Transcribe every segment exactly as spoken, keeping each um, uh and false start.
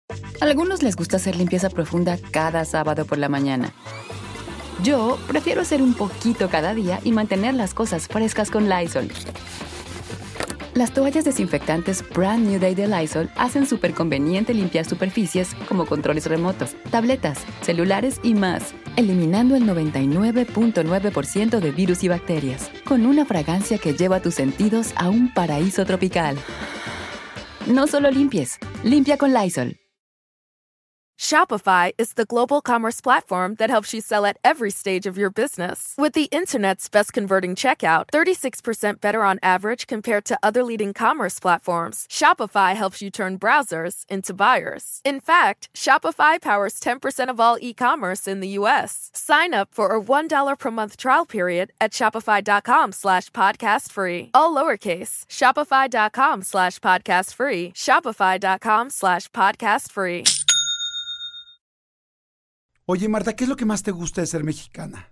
A algunos les gusta hacer limpieza profunda cada sábado por la mañana. Yo prefiero hacer un poquito cada día y mantener las cosas frescas con Lysol. Las toallas desinfectantes Brand New Day de Lysol hacen súper conveniente limpiar superficies como controles remotos, tabletas, celulares y más, eliminando el noventa y nueve punto nueve por ciento de virus y bacterias, con una fragancia que lleva tus sentidos a un paraíso tropical. No solo limpies, limpia con Lysol. Shopify is the global commerce platform that helps you sell at every stage of your business. With the internet's best converting checkout, thirty-six percent better on average compared to other leading commerce platforms, Shopify helps you turn browsers into buyers. In fact, Shopify powers ten percent of all e-commerce in the U S. Sign up for a one dollar per month trial period at shopify.com slash podcast free. All lowercase, shopify.com slash podcast free, shopify.com slash podcast free. Oye, Marta, ¿qué es lo que más te gusta de ser mexicana?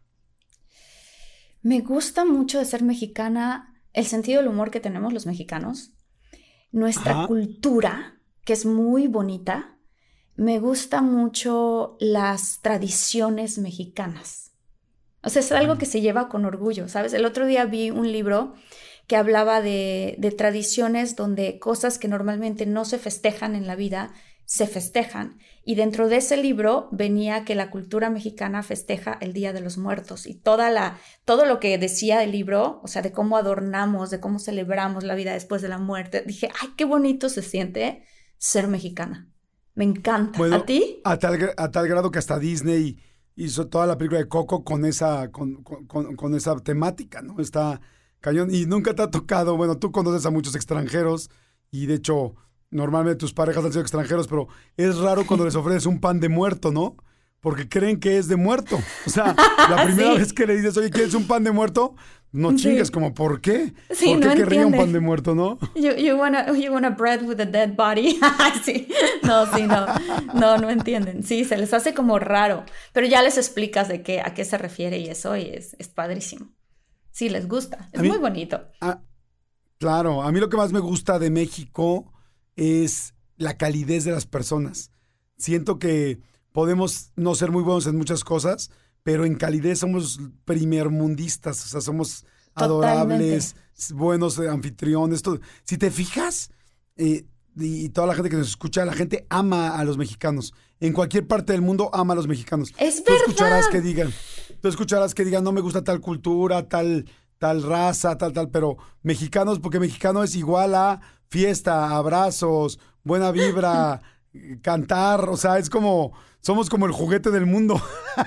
Me gusta mucho de ser mexicana el sentido del humor que tenemos los mexicanos, nuestra Ajá. cultura, que es muy bonita. Me gusta mucho las tradiciones mexicanas. O sea, es algo que se lleva con orgullo, ¿sabes? El otro día vi un libro que hablaba de, de tradiciones donde cosas que normalmente no se festejan en la vida se festejan, y dentro de ese libro venía que la cultura mexicana festeja el Día de los Muertos, y toda la, todo lo que decía el libro, o sea, de cómo adornamos, de cómo celebramos la vida después de la muerte, dije, ay, qué bonito se siente ser mexicana. Me encanta. Bueno, ¿a ti? A tal, a tal grado que hasta Disney hizo toda la película de Coco con esa, con, con, con esa temática, ¿no? Está cañón. Y nunca te ha tocado, bueno, tú conoces a muchos extranjeros, y de hecho normalmente tus parejas han sido extranjeros, pero es raro cuando les ofreces un pan de muerto, ¿no? Porque creen que es de muerto. O sea, la primera sí. vez que le dices, oye, ¿quieres un pan de muerto? No chingues, sí. como, ¿por qué? Sí, ¿Por qué no querría entiende. un pan de muerto, no? You, you, wanna, you wanna bread with a dead body. sí. No, sí, no. No, no entienden. Sí, se les hace como raro. Pero ya les explicas de qué, a qué se refiere y eso, y es, es padrísimo. Sí, les gusta. Es mí, muy bonito. Ah, claro, a mí lo que más me gusta de México es la calidez de las personas. Siento que podemos no ser muy buenos en muchas cosas, pero en calidez somos primermundistas, o sea, somos adorables, Totalmente. buenos anfitriones. Todo. Si te fijas, eh, y toda la gente que nos escucha, la gente ama a los mexicanos. En cualquier parte del mundo ama a los mexicanos. Es tú verdad. escucharás que digan, tú escucharás que digan, no me gusta tal cultura, tal, tal raza, tal, tal, pero mexicanos, porque mexicano es igual a fiesta, abrazos, buena vibra, cantar, o sea, es como, somos como el juguete del mundo.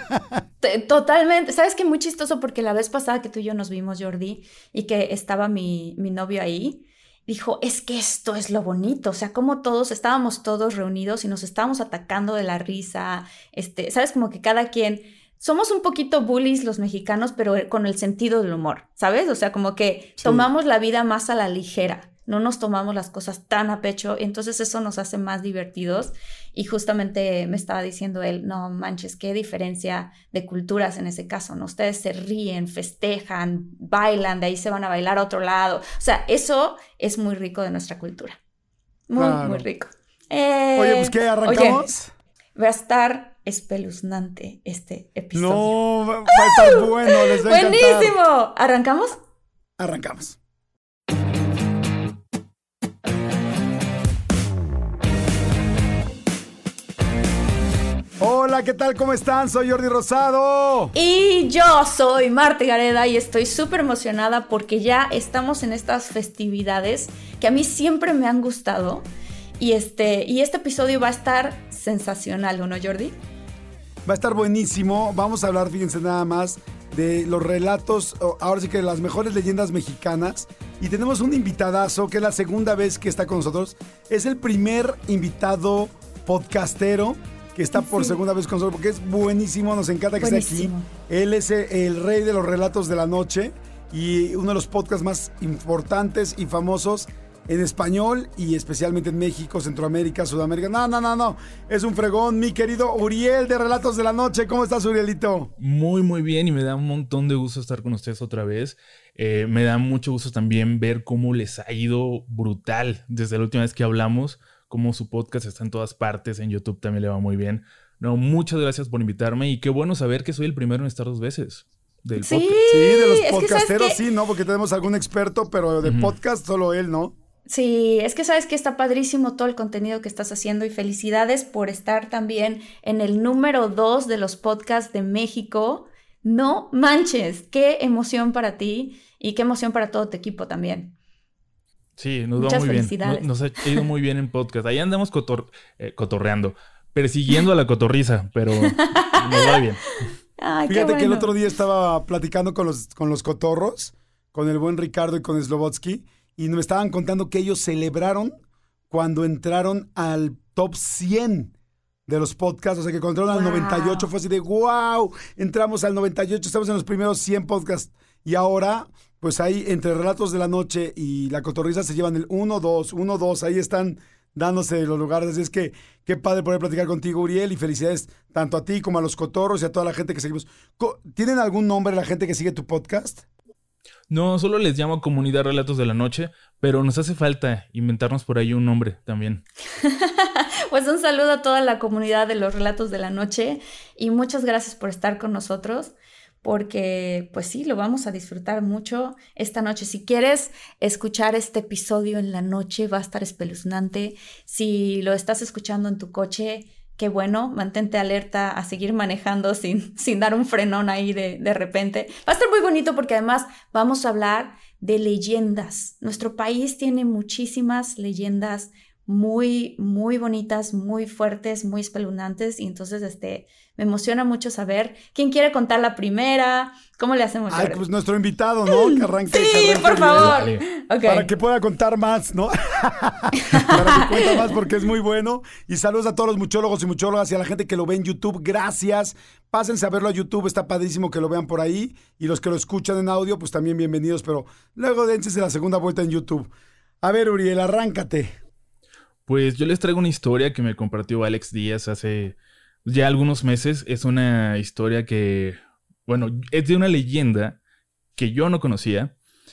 Totalmente. ¿Sabes qué? Muy chistoso porque la vez pasada que tú y yo nos vimos, Jordi, y que estaba mi, mi novio ahí, dijo, es que esto es lo bonito, o sea, como todos, estábamos todos reunidos y nos estábamos atacando de la risa, este, ¿sabes? Como que cada quien... Somos un poquito bullies los mexicanos, pero con el sentido del humor, ¿sabes? O sea, como que sí. tomamos la vida más a la ligera. No nos tomamos las cosas tan a pecho, entonces eso nos hace más divertidos. Y justamente me estaba diciendo él, no manches, qué diferencia de culturas en ese caso, ¿no? Ustedes se ríen, festejan, bailan, de ahí se van a bailar a otro lado. O sea, eso es muy rico de nuestra cultura. Muy, claro. muy rico. Eh, oye, pues ¿qué? ¿Arrancamos? Oye, va a estar espeluznante este episodio. No, va, va a estar bueno, les va a encantar. ¡Buenísimo! ¿Arrancamos? Arrancamos. Hola, ¿qué tal? ¿Cómo están? Soy Jordi Rosado. Y yo soy Marta Gareda y estoy súper emocionada porque ya estamos en estas festividades que a mí siempre me han gustado. Y este, y este episodio va a estar sensacional, ¿o no, Jordi? Va a estar buenísimo. Vamos a hablar, fíjense nada más, de los relatos, ahora sí que de las mejores leyendas mexicanas. Y tenemos un invitadazo que es la segunda vez que está con nosotros. Es el primer invitado podcastero que está por sí. segunda vez con nosotros, porque es buenísimo, nos encanta que buenísimo. esté aquí. Él es el rey de los relatos de la noche y uno de los podcasts más importantes y famosos en español y especialmente en México, Centroamérica, Sudamérica. No, no, no, no. Es un fregón, mi querido Uriel de Relatos de la Noche. ¿Cómo estás, Urielito? Muy, muy bien y me da un montón de gusto estar con ustedes otra vez. Eh, me da mucho gusto también ver cómo les ha ido brutal desde la última vez que hablamos como su podcast está en todas partes, en YouTube también le va muy bien. No, muchas gracias por invitarme y qué bueno saber que soy el primero en estar dos veces del sí, podcast. Sí, de los es podcasteros que, sí, ¿no? Porque tenemos algún experto, pero de uh-huh. podcast solo él, ¿no? Sí, es que sabes que está padrísimo todo el contenido que estás haciendo y felicidades por estar también en el número dos de los podcasts de México. No manches, qué emoción para ti y qué emoción para todo tu equipo también. Sí, nos Muchas va muy felicidades. bien. Nos, nos ha ido muy bien en podcast. Ahí andamos cotor, eh, cotorreando, persiguiendo a la cotorriza, pero nos va bien. Ay, Fíjate bueno. que el otro día estaba platicando con los, con los cotorros, con el buen Ricardo y con Slobodsky, y me estaban contando que ellos celebraron cuando entraron al top cien de los podcasts. O sea, que cuando entraron wow. al noventa y ocho fue así de wow, entramos al noventa y ocho, estamos en los primeros cien podcasts. Y ahora, pues ahí entre Relatos de la Noche y La Cotorriza se llevan el uno, dos, uno, dos. Ahí están dándose los lugares. Así es que qué padre poder platicar contigo, Uriel, y felicidades tanto a ti como a los cotorros y a toda la gente que seguimos. ¿Tienen algún nombre la gente que sigue tu podcast? No, solo les llamo Comunidad Relatos de la Noche, pero nos hace falta inventarnos por ahí un nombre también. Pues un saludo a toda la comunidad de los Relatos de la Noche y muchas gracias por estar con nosotros, porque pues sí, lo vamos a disfrutar mucho esta noche. Si quieres escuchar este episodio en la noche, va a estar espeluznante. Si lo estás escuchando en tu coche, qué bueno, mantente alerta a seguir manejando sin, sin dar un frenón ahí de, de repente. Va a estar muy bonito porque además vamos a hablar de leyendas. Nuestro país tiene muchísimas leyendas muy, muy bonitas, muy fuertes, muy espeluznantes, y entonces este, me emociona mucho saber quién quiere contar la primera, cómo le hacemos. Ay, pues nuestro invitado, ¿no? Que arranque. Sí, que arranque por favor. Okay. Para que pueda contar más, ¿no? Para que cuente más porque es muy bueno. Y saludos a todos los muchólogos y muchólogas y a la gente que lo ve en YouTube. Gracias. Pásense a verlo a YouTube, está padrísimo que lo vean por ahí. Y los que lo escuchan en audio, pues también bienvenidos, pero luego dénse la segunda vuelta en YouTube. A ver, Uriel, arráncate. Pues yo les traigo una historia que me compartió Alex Díaz hace ya algunos meses. Es una historia que, bueno, es de una leyenda que yo no conocía.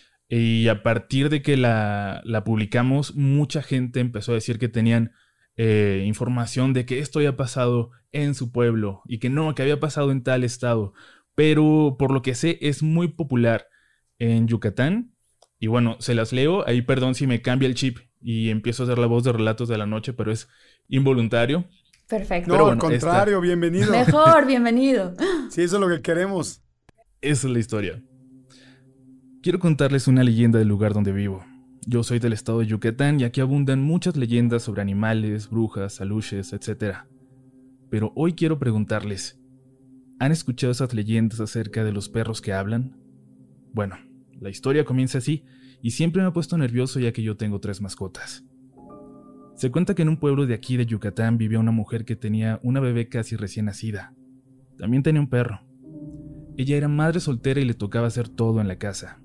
Y a partir de que la, la publicamos, mucha gente empezó a decir que tenían eh, información de que esto había pasado en su pueblo y que no, que había pasado en tal estado. Pero por lo que sé, es muy popular en Yucatán. Y bueno, se las leo. Ahí perdón si me cambia el chip y empiezo a hacer la voz de Relatos de la Noche, pero es involuntario. Perfecto. No, pero bueno, al contrario, esta... bienvenido. Mejor, bienvenido. Sí, eso es lo que queremos. Esa es la historia. Quiero contarles una leyenda del lugar donde vivo. Yo soy del estado de Yucatán y aquí abundan muchas leyendas sobre animales, brujas, aluches, etcétera. Pero hoy quiero preguntarles, ¿han escuchado esas leyendas acerca de los perros que hablan? Bueno, la historia comienza así y siempre me ha puesto nervioso ya que yo tengo tres mascotas. Se cuenta que en un pueblo de aquí de Yucatán vivía una mujer que tenía una bebé casi recién nacida. También tenía un perro. Ella era madre soltera y le tocaba hacer todo en la casa.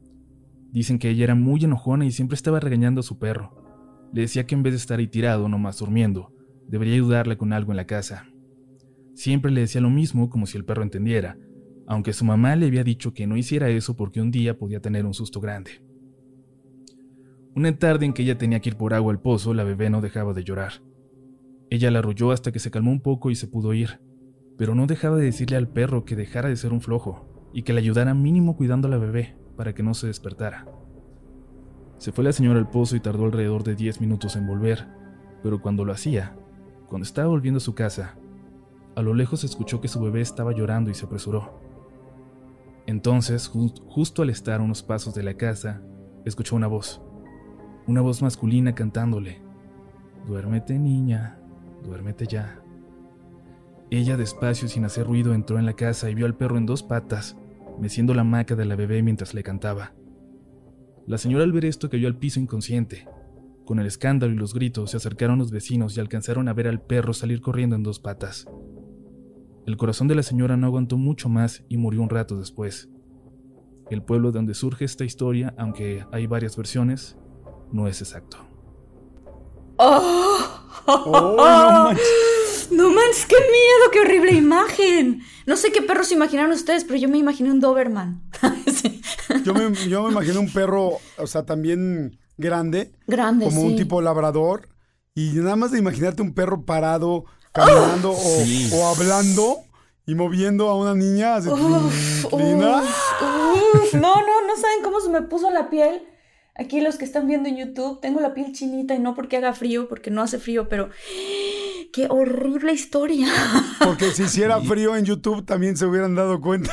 Dicen que ella era muy enojona y siempre estaba regañando a su perro. Le decía que en vez de estar ahí tirado, nomás durmiendo, debería ayudarle con algo en la casa. Siempre le decía lo mismo como si el perro entendiera, aunque su mamá le había dicho que no hiciera eso porque un día podía tener un susto grande. Una tarde en que ella tenía que ir por agua al pozo, la bebé no dejaba de llorar. Ella la arrulló hasta que se calmó un poco y se pudo ir, pero no dejaba de decirle al perro que dejara de ser un flojo y que le ayudara mínimo cuidando a la bebé para que no se despertara. Se fue la señora al pozo y tardó alrededor de diez minutos en volver, pero cuando lo hacía, cuando estaba volviendo a su casa, a lo lejos escuchó que su bebé estaba llorando y se apresuró. Entonces, ju- justo al estar a unos pasos de la casa, escuchó una voz, una voz masculina cantándole, «Duérmete, niña, duérmete ya». Ella, despacio y sin hacer ruido, entró en la casa y vio al perro en dos patas, meciendo la hamaca de la bebé mientras le cantaba. La señora al ver esto cayó al piso inconsciente. Con el escándalo y los gritos se acercaron los vecinos y alcanzaron a ver al perro salir corriendo en dos patas. El corazón de la señora no aguantó mucho más y murió un rato después. El pueblo donde surge esta historia, aunque hay varias versiones, no es exacto. ¡Oh! ¡Oh, no manches! ¡No manches! ¡Qué miedo! ¡Qué horrible imagen! No sé qué perros se imaginaron ustedes, pero yo me imaginé un Doberman. Sí. Yo me, yo me imaginé un perro, o sea, también grande. Grande, como sí. un tipo labrador. y nada más de imaginarte un perro parado, caminando oh, o, sí. o hablando y moviendo a una niña. Así, uf, uf, uf. No, no, no saben cómo se me puso la piel. Aquí los que están viendo en YouTube, tengo la piel chinita y no porque haga frío, porque no hace frío, pero ¡qué horrible historia! Porque si hiciera frío en YouTube también se hubieran dado cuenta.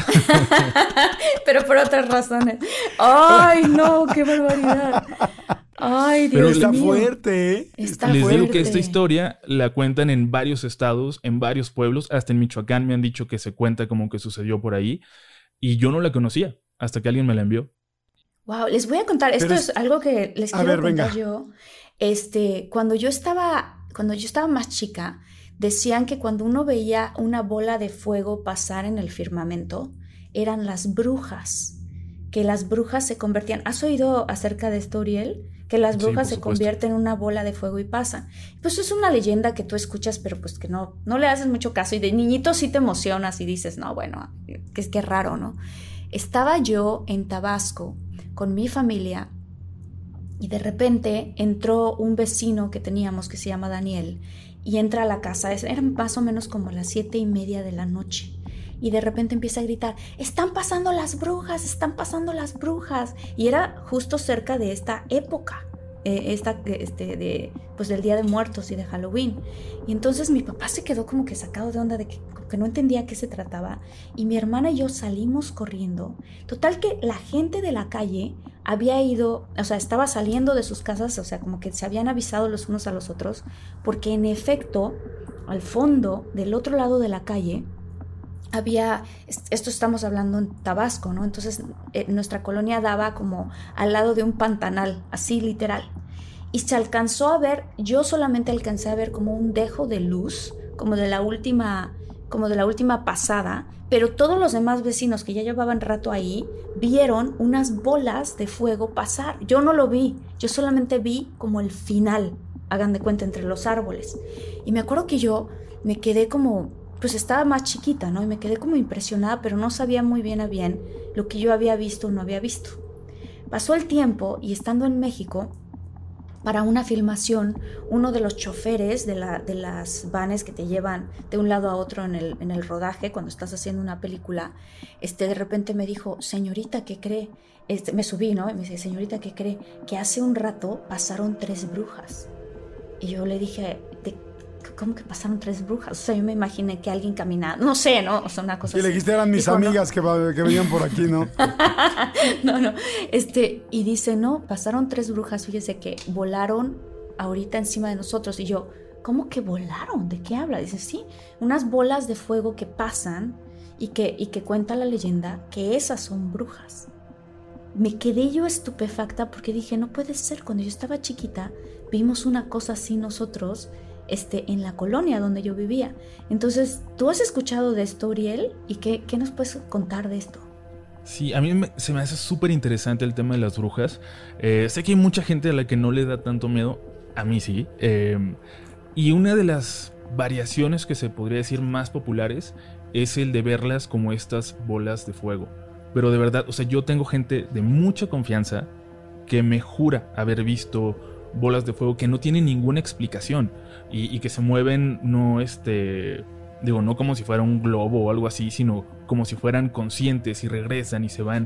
Pero por otras razones. ¡Ay, no! ¡Qué barbaridad! ¡Ay, Dios Pero está mío! fuerte, ¿eh? Está Les fuerte. digo que esta historia la cuentan en varios estados, en varios pueblos, hasta en Michoacán me han dicho que se cuenta como que sucedió por ahí, y yo no la conocía hasta que alguien me la envió. Wow, les voy a contar, esto es, es algo que les quiero ver, contar venga. yo. Este, cuando yo estaba, cuando yo estaba más chica, decían que cuando uno veía una bola de fuego pasar en el firmamento, eran las brujas, que las brujas se convertían. ¿Has oído acerca de esto, Uriel? Que las brujas sí, se convierten en una bola de fuego y pasan. Pues es una leyenda que tú escuchas, pero pues que no, no le haces mucho caso, y de niñito sí te emocionas y dices, no, bueno, que es que raro, ¿no? Estaba yo en Tabasco con mi familia y de repente entró un vecino que teníamos que se llama Daniel y entra a la casa, eran más o menos como las siete y media de la noche y de repente empieza a gritar, están pasando las brujas, están pasando las brujas, y era justo cerca de esta época, eh, esta, este, de, pues del Día de Muertos y de Halloween, y entonces mi papá se quedó como que sacado de onda de que que no entendía qué se trataba, y mi hermana y yo salimos corriendo. Total que la gente de la calle había ido, o sea, estaba saliendo de sus casas, o sea, como que se habían avisado los unos a los otros, porque en efecto, al fondo, del otro lado de la calle, había, esto estamos hablando en Tabasco, ¿no? Entonces, eh, nuestra colonia daba como al lado de un pantanal, así literal. Y se alcanzó a ver, yo solamente alcancé a ver como un dejo de luz, como de la última... como de la última pasada, pero todos los demás vecinos que ya llevaban rato ahí vieron unas bolas de fuego pasar. Yo no lo vi, yo solamente vi como el final, hagan de cuenta, entre los árboles. Y me acuerdo que yo me quedé como, pues estaba más chiquita, ¿no? Y me quedé como impresionada, pero no sabía muy bien a bien lo que yo había visto o no había visto. Pasó el tiempo y estando en México, para una filmación, uno de los choferes de, la, de las vanes que te llevan de un lado a otro en el, en el rodaje, cuando estás haciendo una película, este, de repente me dijo, señorita, ¿qué cree? Este, me subí, ¿no? Y me dice, señorita, ¿qué cree? Que hace un rato pasaron tres brujas. Y yo le dije, ¿de ¿cómo que pasaron tres brujas? O sea, yo me imaginé que alguien caminaba, no sé, ¿no? O sea, una cosa y así. le dijiste, eran mis Dijo, amigas no. que, que venían por aquí, ¿no? no, no. Este, y dice, no, pasaron tres brujas, fíjese que volaron ahorita encima de nosotros. Y yo, ¿cómo que volaron? ¿De qué habla? Dice, sí, unas bolas de fuego que pasan y que, y que cuenta la leyenda que esas son brujas. Me quedé yo estupefacta porque dije, no puede ser, cuando yo estaba chiquita vimos una cosa así nosotros Este, en la colonia donde yo vivía. Entonces, ¿tú has escuchado de esto, Uriel? ¿Y qué, qué nos puedes contar de esto? Sí, a mí me, se me hace súper interesante el tema de las brujas. Eh, sé que hay mucha gente a la que no le da tanto miedo. A mí sí. Eh, y una de las variaciones que se podría decir más populares es el de verlas como estas bolas de fuego. Pero de verdad, o sea, yo tengo gente de mucha confianza que me jura haber visto bolas de fuego que no tienen ninguna explicación y, y que se mueven no este digo no como si fuera un globo o algo así, sino como si fueran conscientes y regresan y se van.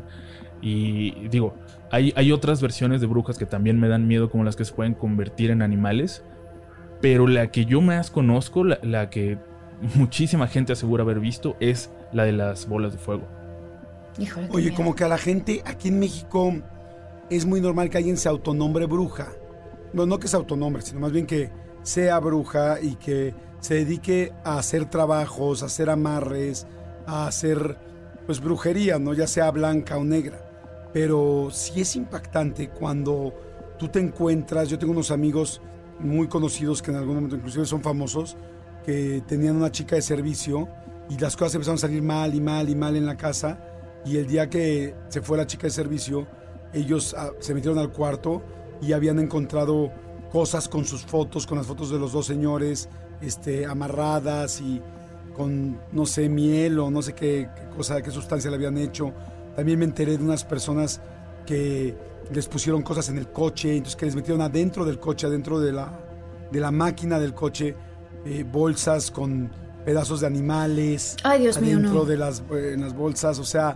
Y digo, hay, hay otras versiones de brujas que también me dan miedo, como las que se pueden convertir en animales, pero la que yo más conozco, la, la que muchísima gente asegura haber visto, es la de las bolas de fuego. Híjole, Oye, miedo. como que a la gente aquí en México es muy normal que alguien se autonombre bruja. No, no que se autonombre, sino más bien que sea bruja y que se dedique a hacer trabajos, a hacer amarres, a hacer pues brujería, ¿no? Ya sea blanca o negra. Pero sí es impactante cuando tú te encuentras. Yo tengo unos amigos muy conocidos que en algún momento inclusive son famosos, que tenían una chica de servicio y las cosas empezaron a salir mal y mal y mal en la casa, y el día que se fue la chica de servicio, ellos ah, se metieron al cuarto y habían encontrado cosas con sus fotos, con las fotos de los dos señores, este, amarradas y con, no sé, miel o no sé qué, qué cosa, qué sustancia le habían hecho. También me enteré de unas personas que les pusieron cosas en el coche, entonces que les metieron adentro del coche, adentro de la, de la máquina del coche eh, bolsas con pedazos de animales. Ay, Dios mío, adentro no. de las, eh, en las bolsas, o sea,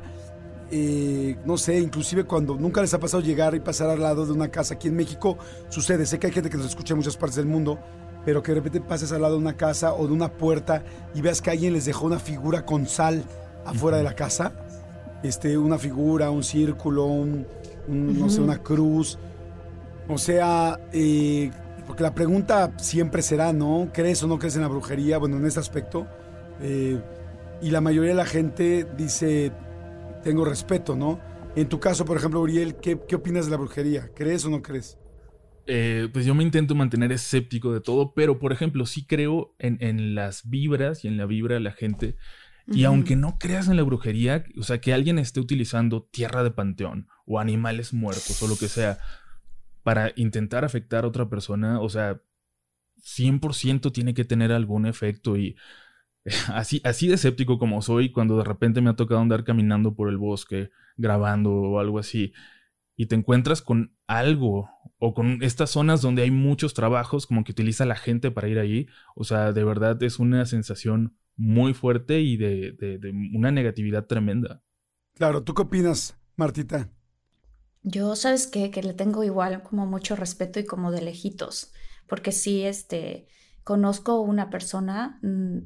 eh, no sé, inclusive cuando nunca les ha pasado llegar y pasar al lado de una casa aquí en México, sucede, sé que hay gente que nos escucha en muchas partes del mundo, pero que de repente pases al lado de una casa o de una puerta y veas que alguien les dejó una figura con sal afuera de la casa, este, una figura, un círculo, un, un, uh-huh. no sé, una cruz, o sea, eh, porque la pregunta siempre será, ¿no? ¿Crees o no crees en la brujería? Bueno, en este aspecto, eh, y la mayoría de la gente dice, tengo respeto, ¿no? En tu caso, por ejemplo, Uriel, ¿qué, qué opinas de la brujería? ¿Crees o no crees? Eh, pues yo me intento mantener escéptico de todo, pero por ejemplo sí creo en, en las vibras y en la vibra de la gente. Y uh-huh. aunque no creas en la brujería, o sea, que alguien esté utilizando tierra de panteón o animales muertos o lo que sea para intentar afectar a otra persona, o sea, cien por ciento tiene que tener algún efecto. Y así, así de escéptico como soy, cuando de repente me ha tocado andar caminando por el bosque, grabando o algo así, y te encuentras con algo, o con estas zonas donde hay muchos trabajos, como que utiliza la gente para ir ahí, o sea, de verdad es una sensación muy fuerte y de, de, de una negatividad tremenda. Claro, ¿tú qué opinas, Martita? Yo, ¿sabes qué? Que le tengo igual como mucho respeto y como de lejitos, porque sí, este, conozco una persona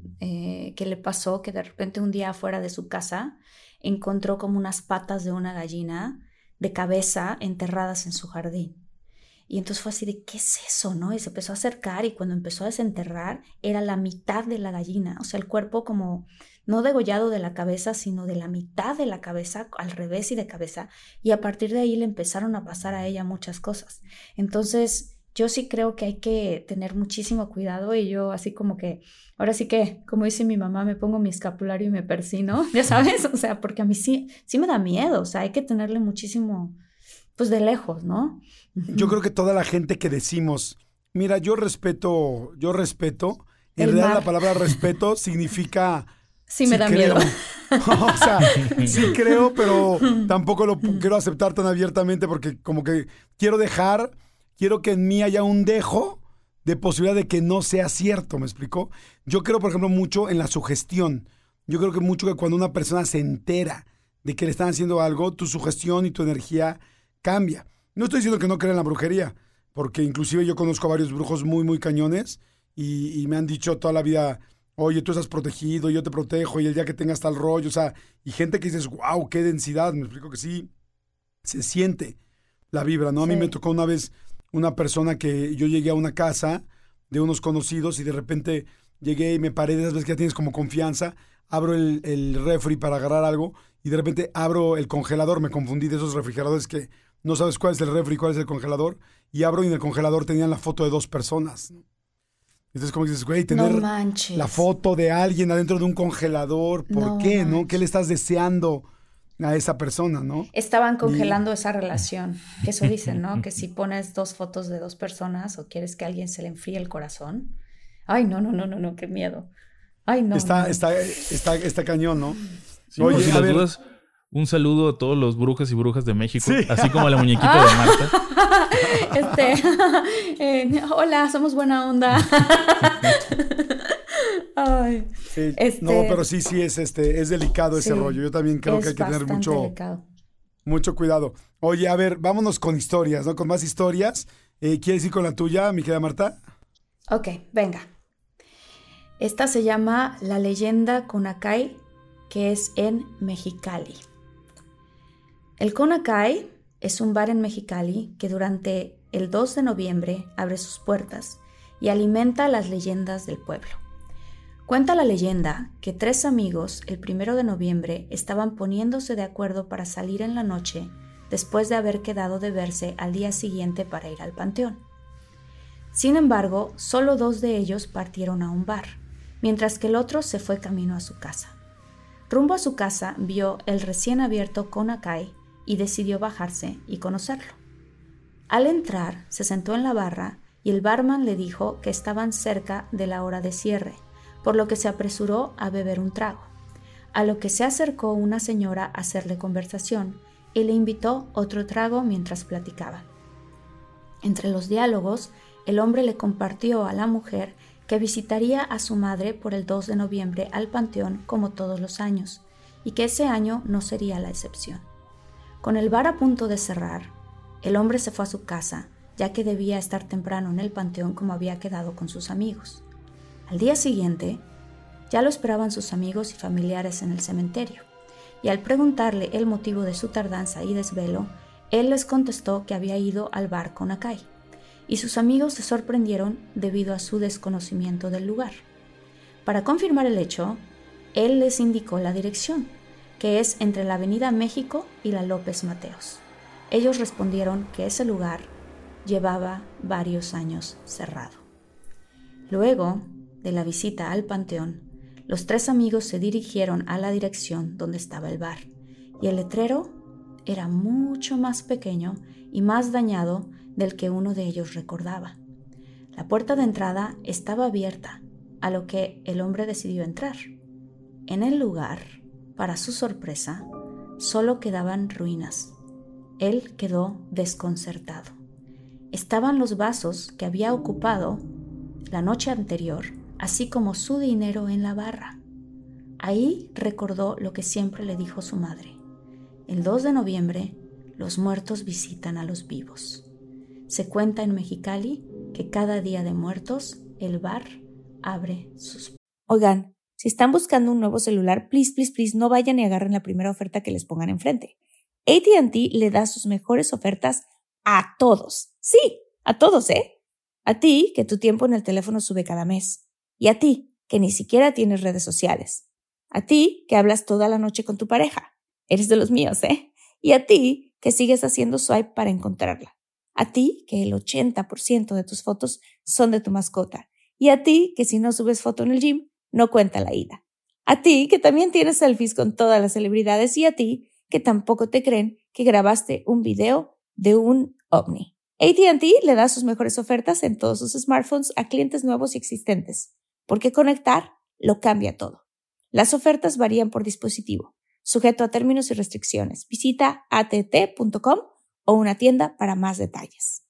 eh, que le pasó que de repente un día afuera de su casa encontró como unas patas de una gallina de cabeza enterradas en su jardín. Y entonces fue así de, ¿qué es eso, no? Y se empezó a acercar y cuando empezó a desenterrar era la mitad de la gallina, o sea, el cuerpo como no degollado de la cabeza, sino de la mitad de la cabeza, al revés y de cabeza, y a partir de ahí le empezaron a pasar a ella muchas cosas. Entonces, yo sí creo que hay que tener muchísimo cuidado y yo así como que, ahora sí que, como dice mi mamá, me pongo mi escapulario y me persino, ya sabes, o sea, porque a mí sí, sí me da miedo, o sea, hay que tenerle muchísimo, pues de lejos, ¿no? Yo creo que toda la gente que decimos, mira, yo respeto, yo respeto, en El realidad mar. la palabra respeto significa... Sí me sí da creo. miedo. O sea, sí creo, pero tampoco lo quiero aceptar tan abiertamente porque como que quiero dejar, quiero que en mí haya un dejo de posibilidad de que no sea cierto, ¿me explicó? Yo creo, por ejemplo, mucho en la sugestión. Yo creo que mucho que cuando una persona se entera de que le están haciendo algo, tu sugestión y tu energía cambia. No estoy diciendo que no crea en la brujería, porque inclusive yo conozco a varios brujos muy, muy cañones y, y me han dicho toda la vida... Oye, tú estás protegido, yo te protejo, y el día que tengas tal rollo, o sea, y gente que dices, wow, qué densidad, me explico que sí, se siente la vibra, ¿no? A mí Sí. me tocó una vez una persona que yo llegué a una casa de unos conocidos y de repente llegué y me paré de esas veces que ya tienes como confianza, abro el, el refri para agarrar algo y de repente abro el congelador, me confundí de esos refrigeradores que no sabes cuál es el refri y cuál es el congelador, y abro y en el congelador tenían la foto de dos personas, ¿no? Entonces, como dices, güey, tener No manches. la foto de alguien adentro de un congelador, ¿por No qué, no? manches. ¿Qué le estás deseando a esa persona, no? Estaban congelando esa relación, que eso dicen, ¿no? Que si pones dos fotos de dos personas o quieres que a alguien se le enfríe el corazón. Ay, no, no, no, no, no, qué miedo. Ay, no. está, no. está, está, está cañón, ¿no? Sí, Oye, por si a las ver. dudas, un saludo a todos los brujas y brujas de México, Sí. así como a la muñequita de Marta. Este, eh, hola, somos buena onda. Ay, Sí, este- No, pero sí, sí, es, este, es delicado ese sí, rollo. Yo también creo es que hay que tener bastante mucho, delicado. mucho cuidado. Oye, a ver, vámonos con historias, ¿no? Con más historias. Eh, ¿Quieres ir con la tuya, mi querida Marta? Ok, venga. Esta se llama La Leyenda Conacay, que es en Mexicali. El Conacay es un bar en Mexicali que durante el dos de noviembre abre sus puertas y alimenta las leyendas del pueblo. Cuenta la leyenda que tres amigos el primero de noviembre estaban poniéndose de acuerdo para salir en la noche después de haber quedado de verse al día siguiente para ir al panteón. Sin embargo, solo dos de ellos partieron a un bar, mientras que el otro se fue camino a su casa. Rumbo a su casa vio el recién abierto Conacay y decidió bajarse y conocerlo. Al entrar, se sentó en la barra y el barman le dijo que estaban cerca de la hora de cierre, por lo que se apresuró a beber un trago, a lo que se acercó una señora a hacerle conversación y le invitó otro trago mientras platicaban. Entre los diálogos, el hombre le compartió a la mujer que visitaría a su madre por el dos de noviembre al panteón como todos los años, y que ese año no sería la excepción. Con el bar a punto de cerrar, el hombre se fue a su casa, ya que debía estar temprano en el panteón como había quedado con sus amigos. Al día siguiente, ya lo esperaban sus amigos y familiares en el cementerio, y al preguntarle el motivo de su tardanza y desvelo, él les contestó que había ido al bar con Akai, y sus amigos se sorprendieron debido a su desconocimiento del lugar. Para confirmar el hecho, él les indicó la dirección, que es entre la Avenida México y la López Mateos. Ellos respondieron que ese lugar llevaba varios años cerrado. Luego de la visita al panteón, los tres amigos se dirigieron a la dirección donde estaba el bar, y el letrero era mucho más pequeño y más dañado del que uno de ellos recordaba. La puerta de entrada estaba abierta, a lo que el hombre decidió entrar. En el lugar, para su sorpresa, solo quedaban ruinas. Él quedó desconcertado. Estaban los vasos que había ocupado la noche anterior, así como su dinero en la barra. Ahí recordó lo que siempre le dijo su madre. El dos de noviembre, los muertos visitan a los vivos. Se cuenta en Mexicali que cada día de muertos, el bar abre sus... Oigan, si están buscando un nuevo celular, please, please, please, no vayan y agarren la primera oferta que les pongan enfrente. A T and T le da sus mejores ofertas a todos. Sí, a todos, ¿eh? A ti, que tu tiempo en el teléfono sube cada mes. Y a ti, que ni siquiera tienes redes sociales. A ti, que hablas toda la noche con tu pareja. Eres de los míos, ¿eh? Y a ti, que sigues haciendo swipe para encontrarla. A ti, que el ochenta por ciento de tus fotos son de tu mascota. Y a ti, que si no subes foto en el gym, no cuenta la ida. A ti, que también tienes selfies con todas las celebridades. Y a ti, que tampoco te creen que grabaste un video de un ovni. A T and T le da sus mejores ofertas en todos sus smartphones a clientes nuevos y existentes, porque conectar lo cambia todo. Las ofertas varían por dispositivo, sujeto a términos y restricciones. Visita a t t punto com o una tienda para más detalles.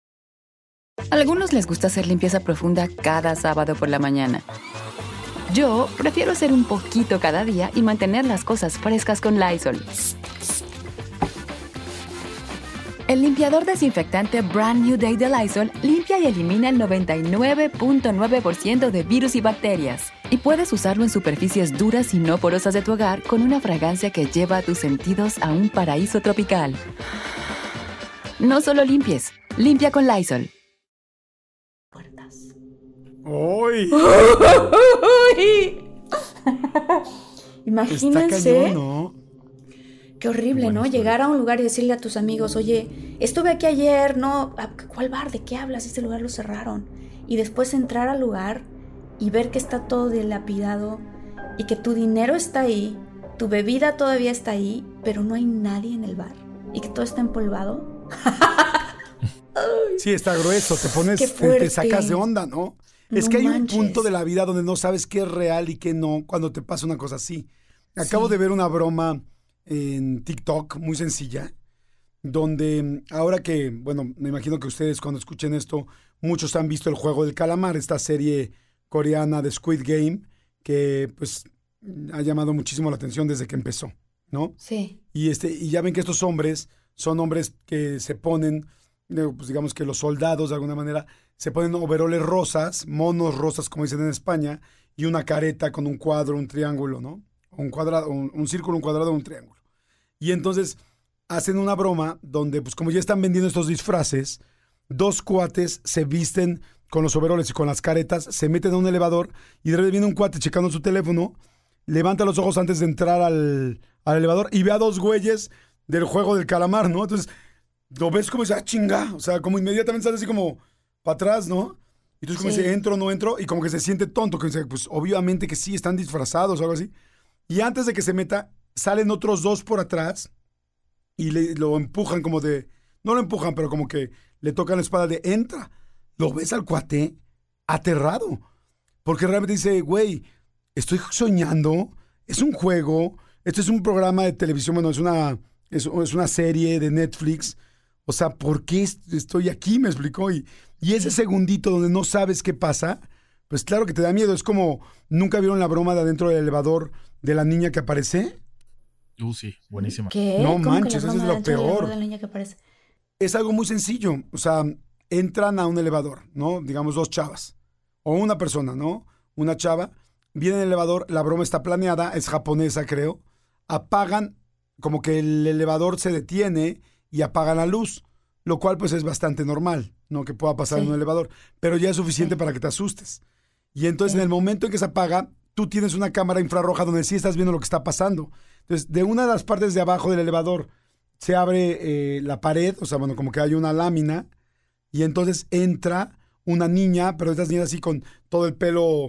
A algunos les gusta hacer limpieza profunda cada sábado por la mañana. Yo prefiero hacer un poquito cada día y mantener las cosas frescas con Lysol. El limpiador desinfectante Brand New Day de Lysol limpia y elimina el noventa y nueve punto nueve por ciento de virus y bacterias. Y puedes usarlo en superficies duras y no porosas de tu hogar con una fragancia que lleva a tus sentidos a un paraíso tropical. No solo limpies, limpia con Lysol. Puertas. ¡Uy! Imagínense. Está cañón, ¿no? Qué horrible, ¿no? Llegar a un lugar y decirle a tus amigos, oye, estuve aquí ayer, ¿no? ¿Cuál bar? ¿De qué hablas? Este lugar lo cerraron. Y después entrar al lugar y ver que está todo dilapidado y que tu dinero está ahí, tu bebida todavía está ahí, pero no hay nadie en el bar y que todo está empolvado. Sí, está grueso, te pones, Qué te, te sacas de onda, ¿no? No es que hay manches. un punto de la vida donde no sabes qué es real y qué no cuando te pasa una cosa así. Acabo Sí. de ver una broma en TikTok muy sencilla, donde ahora que, bueno, me imagino que ustedes cuando escuchen esto, muchos han visto El Juego del Calamar, esta serie coreana de Squid Game, que pues ha llamado muchísimo la atención desde que empezó, ¿no? Sí. Y, este, y ya ven que estos hombres son hombres que se ponen, eh, pues digamos que los soldados de alguna manera, se ponen overoles rosas, monos rosas como dicen en España, y una careta con un cuadro, un triángulo, ¿no? Un cuadrado, un, un círculo, un cuadrado, un triángulo. Y entonces hacen una broma donde, pues como ya están vendiendo estos disfraces, dos cuates se visten con los overoles y con las caretas, se meten a un elevador y de repente viene un cuate checando su teléfono, levanta los ojos antes de entrar al, al elevador y ve a dos güeyes del Juego del Calamar, ¿no? Entonces lo ves como dice, ah, chinga, o sea, como inmediatamente sale así como para atrás, ¿no? Y entonces como Sí. dice, entro o no entro, y como que se siente tonto, que dice, pues obviamente que sí, están disfrazados o algo así. Y antes de que se meta, salen otros dos por atrás y le, lo empujan como de... No lo empujan, pero como que le tocan la espada de entra. Lo ves al cuate aterrado. Porque realmente dice, güey, estoy soñando, es un juego, esto es un programa de televisión, bueno, es una, es, es una serie de Netflix. O sea, ¿por qué estoy aquí? Me explicó. Y, y ese segundito donde no sabes qué pasa, pues claro que te da miedo. Es como, ¿nunca vieron la broma de adentro del elevador de la niña que aparece? Uh, sí, buenísima. ¿Qué? No ¿Cómo manches, que la eso es broma lo dentro del peor. elevador de la niña que aparece? Es algo muy sencillo. O sea, entran a un elevador, ¿no? Digamos dos chavas. O una persona, ¿no? Una chava. Viene en el elevador, la broma está planeada, es japonesa, creo. Apagan, como que el elevador se detiene y apagan la luz. Lo cual, pues, es bastante normal, ¿no? Que pueda pasar Sí. en un elevador. Pero ya es suficiente Sí. para que te asustes. Y entonces, Sí. en el momento en que se apaga, tú tienes una cámara infrarroja donde sí estás viendo lo que está pasando. Entonces, de una de las partes de abajo del elevador se abre eh, la pared, o sea, bueno, como que hay una lámina, y entonces entra una niña, pero estas niñas así con todo el pelo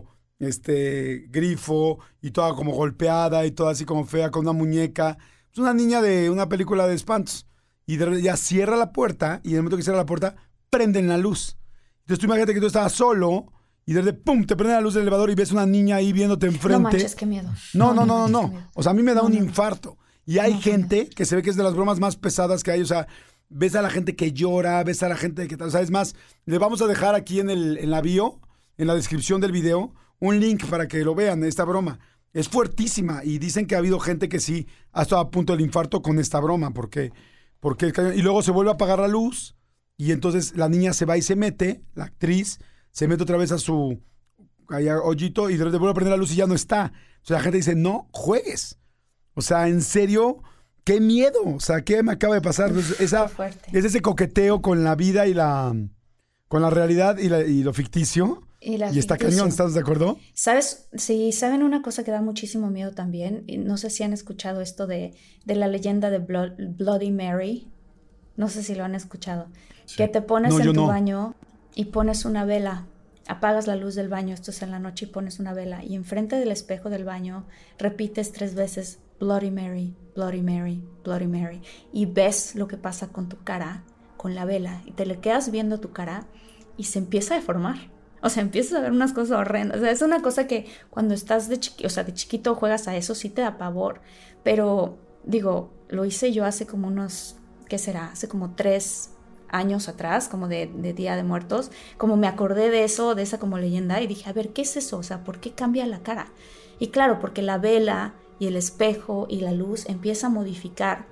este grifo y toda como golpeada y toda así como fea, con una muñeca. Es una niña de una película de espantos. Y de, ya cierra la puerta, y en el momento que cierra la puerta, prenden la luz. Entonces tú imagínate que tú estabas solo, y de repente, ¡pum!, te prende la luz del elevador y ves una niña ahí viéndote enfrente. No manches, qué miedo. No, no, no, no, manches, no. qué miedo. O sea, a mí me da No, un no, no. infarto. Y hay No, gente que se ve que es de las bromas más pesadas que hay. O sea, ves a la gente que llora, ves a la gente que... O sea, es más, le vamos a dejar aquí en, el, en la bio, en la descripción del video, un link para que lo vean, esta broma. Es fuertísima y dicen que ha habido gente que sí ha estado a punto del infarto con esta broma, porque... porque y luego se vuelve a apagar la luz y entonces la niña se va y se mete, la actriz, se mete otra vez a su... allá, hoyito, y de repente vuelve a prender la luz y ya no está. O sea, la gente dice, no juegues. O sea, en serio, qué miedo. O sea, ¿qué me acaba de pasar? Entonces, esa, Qué fuerte. es ese coqueteo con la vida y la con la realidad y, la, y lo ficticio. Y, la Y está ficticio. cañón, ¿estás de acuerdo? ¿Sabes? Sí, ¿saben una cosa que da muchísimo miedo también? Y no sé si han escuchado esto de, de la leyenda de Blo- Bloody Mary. No sé si lo han escuchado. Sí. Que te pones No, en yo tu no. baño y pones una vela. Apagas la luz del baño, esto es en la noche, y pones una vela. Y enfrente del espejo del baño repites tres veces Bloody Mary, Bloody Mary, Bloody Mary. Y ves lo que pasa con tu cara, con la vela. Y te le quedas viendo tu cara y se empieza a deformar. O sea, empiezas a ver unas cosas horrendas. O sea, es una cosa que cuando estás de chiquito, o sea, de chiquito juegas a eso, sí te da pavor. Pero, digo, lo hice yo hace como unos, ¿qué será? Hace como tres años atrás, como de, de Día de Muertos. Como me acordé de eso, de esa como leyenda, y dije, a ver, ¿qué es eso? O sea, ¿por qué cambia la cara? Y claro, porque la vela y el espejo y la luz empieza a modificar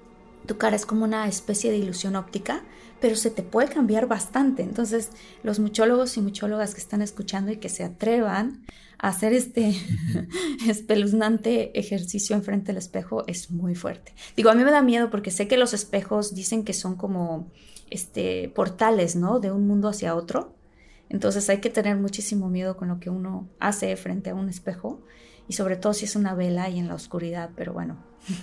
tu cara. Es como una especie de ilusión óptica, pero se te puede cambiar bastante. Entonces, los muchólogos y muchólogas que están escuchando y que se atrevan a hacer este espeluznante ejercicio enfrente del espejo es muy fuerte. Digo, a mí me da miedo porque sé que los espejos dicen que son como este, portales, ¿no? De un mundo hacia otro. Entonces hay que tener muchísimo miedo con lo que uno hace frente a un espejo, y sobre todo si es una vela y en la oscuridad, pero bueno.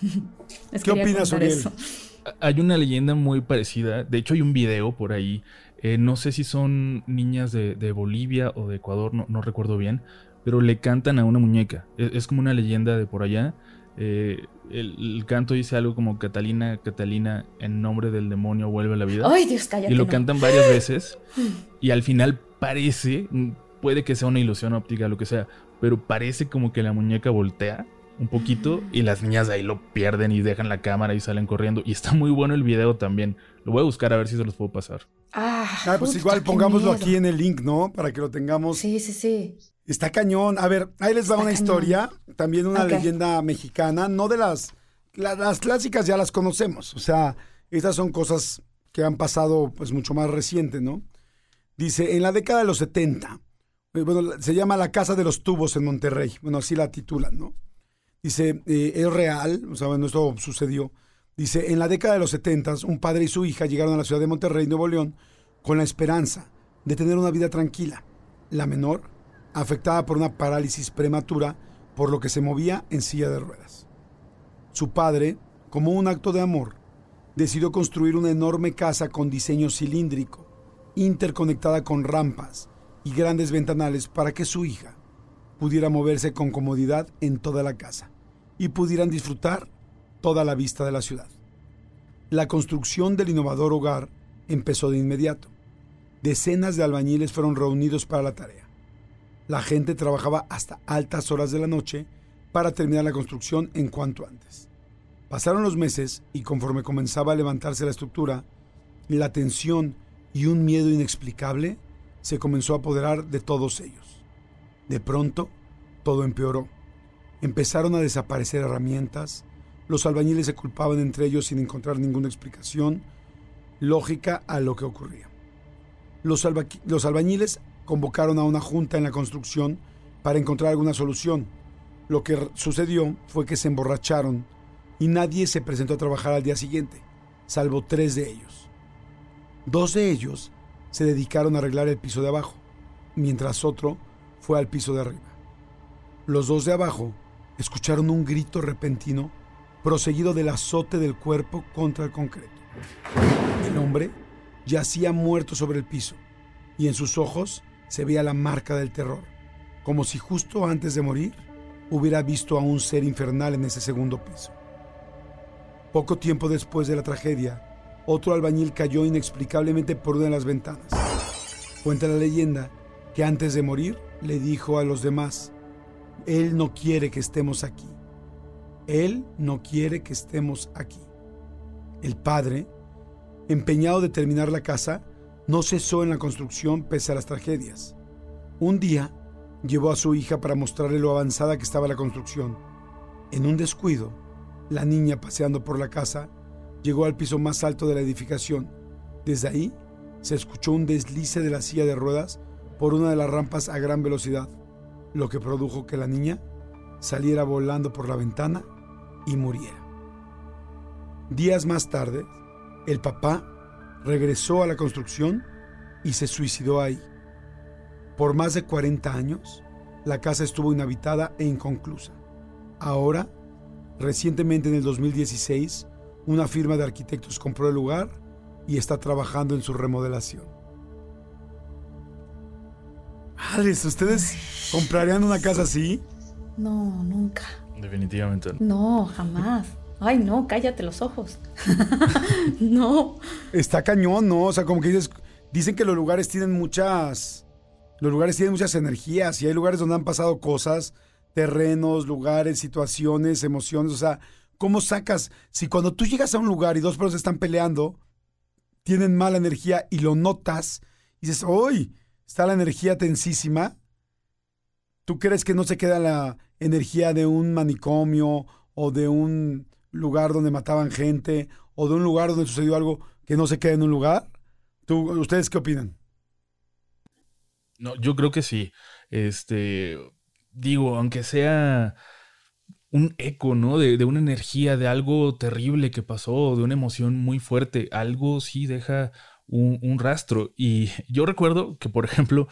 Les ¿Qué quería opinas, contar Uriel? eso. Hay una leyenda muy parecida. De hecho, hay un video por ahí. Eh, no sé si son niñas de, de Bolivia o de Ecuador, no, no recuerdo bien. Pero le cantan a una muñeca. Es, es como una leyenda de por allá. Eh, el, el canto dice algo como Catalina, Catalina, en nombre del demonio vuelve a la vida. Ay, Dios, cállate. Y lo no. cantan varias veces. Y al final parece, puede que sea una ilusión óptica, lo que sea, pero parece como que la muñeca voltea un poquito y las niñas de ahí lo pierden y dejan la cámara y salen corriendo. Y está muy bueno el video también. Lo voy a buscar a ver si se los puedo pasar. Ah, Ah, pues puta, igual qué pongámoslo miedo. aquí en el link, ¿no? Para que lo tengamos. Sí, sí, sí. Está cañón. A ver, ahí les va Está una cañón. historia, también una Ok. leyenda mexicana, no de las, la- las clásicas ya las conocemos, o sea, estas son cosas que han pasado pues mucho más reciente, ¿no? Dice, en la década de los setenta, eh, bueno, se llama La Casa de los Tubos en Monterrey, bueno, así la titulan, ¿no? Dice, eh, es real, o sea, bueno, esto sucedió. Dice, en la década de los setenta, un padre y su hija llegaron a la ciudad de Monterrey, Nuevo León, con la esperanza de tener una vida tranquila. La menor, afectada por una parálisis prematura, por lo que se movía en silla de ruedas. Su padre, como un acto de amor, decidió construir una enorme casa con diseño cilíndrico, interconectada con rampas y grandes ventanales para que su hija pudiera moverse con comodidad en toda la casa y pudieran disfrutar toda la vista de la ciudad. La construcción del innovador hogar empezó de inmediato. Decenas de albañiles fueron reunidos para la tarea. La gente trabajaba hasta altas horas de la noche para terminar la construcción en cuanto antes. Pasaron los meses y conforme comenzaba a levantarse la estructura, La tensión y un miedo inexplicable se comenzó a apoderar de todos ellos. De pronto, todo empeoró. Empezaron a desaparecer herramientas, los albañiles se culpaban entre ellos sin encontrar ninguna explicación lógica a lo que ocurría. Los, alba- los albañiles convocaron a una junta en la construcción para encontrar alguna solución. Lo que r- sucedió fue que se emborracharon y nadie se presentó a trabajar al día siguiente, salvo tres de ellos. Dos de ellos se dedicaron a arreglar el piso de abajo, mientras otro fue al piso de arriba. Los dos de abajo escucharon un grito repentino proseguido del azote del cuerpo contra el concreto. El hombre yacía muerto sobre el piso y en sus ojos se veía la marca del terror, como si justo antes de morir hubiera visto a un ser infernal en ese segundo piso. Poco tiempo después de la tragedia, otro albañil cayó inexplicablemente por una de las ventanas. Cuenta la leyenda que antes de morir le dijo a los demás: Él no quiere que estemos aquí. Él no quiere que estemos aquí. El padre, empeñado de terminar la casa, no cesó en la construcción pese a las tragedias. Un día, llevó a su hija para mostrarle lo avanzada que estaba la construcción. En un descuido, la niña, paseando por la casa, llegó al piso más alto de la edificación. Desde ahí, se escuchó un deslice de la silla de ruedas por una de las rampas a gran velocidad, lo que produjo que la niña saliera volando por la ventana y muriera. Días más tarde, el papá regresó a la construcción y se suicidó ahí. Por más de cuarenta años, la casa estuvo inhabitada e inconclusa. Ahora, recientemente en el dos mil dieciséis, una firma de arquitectos compró el lugar y está trabajando en su remodelación. Madres, ¿ustedes comprarían una casa así? No, nunca. Definitivamente. No, jamás. Ay, no, cállate los ojos. No. Está cañón, ¿no? O sea, como que dices, dicen que los lugares tienen muchas, los lugares tienen muchas energías y hay lugares donde han pasado cosas, terrenos, lugares, situaciones, emociones. O sea, ¿cómo sacas? Si cuando tú llegas a un lugar y dos personas están peleando, tienen mala energía y lo notas, y dices, ¡uy! Está la energía tensísima. ¿Tú crees que no se queda la energía de un manicomio o de un lugar donde mataban gente o de un lugar donde sucedió algo que no se queda en un lugar? ¿Tú, ¿Ustedes qué opinan? No, yo creo que sí. Este, digo, aunque sea un eco, ¿no? De, de una energía, de algo terrible que pasó, de una emoción muy fuerte, algo sí deja un, un rastro. Y yo recuerdo que, por ejemplo,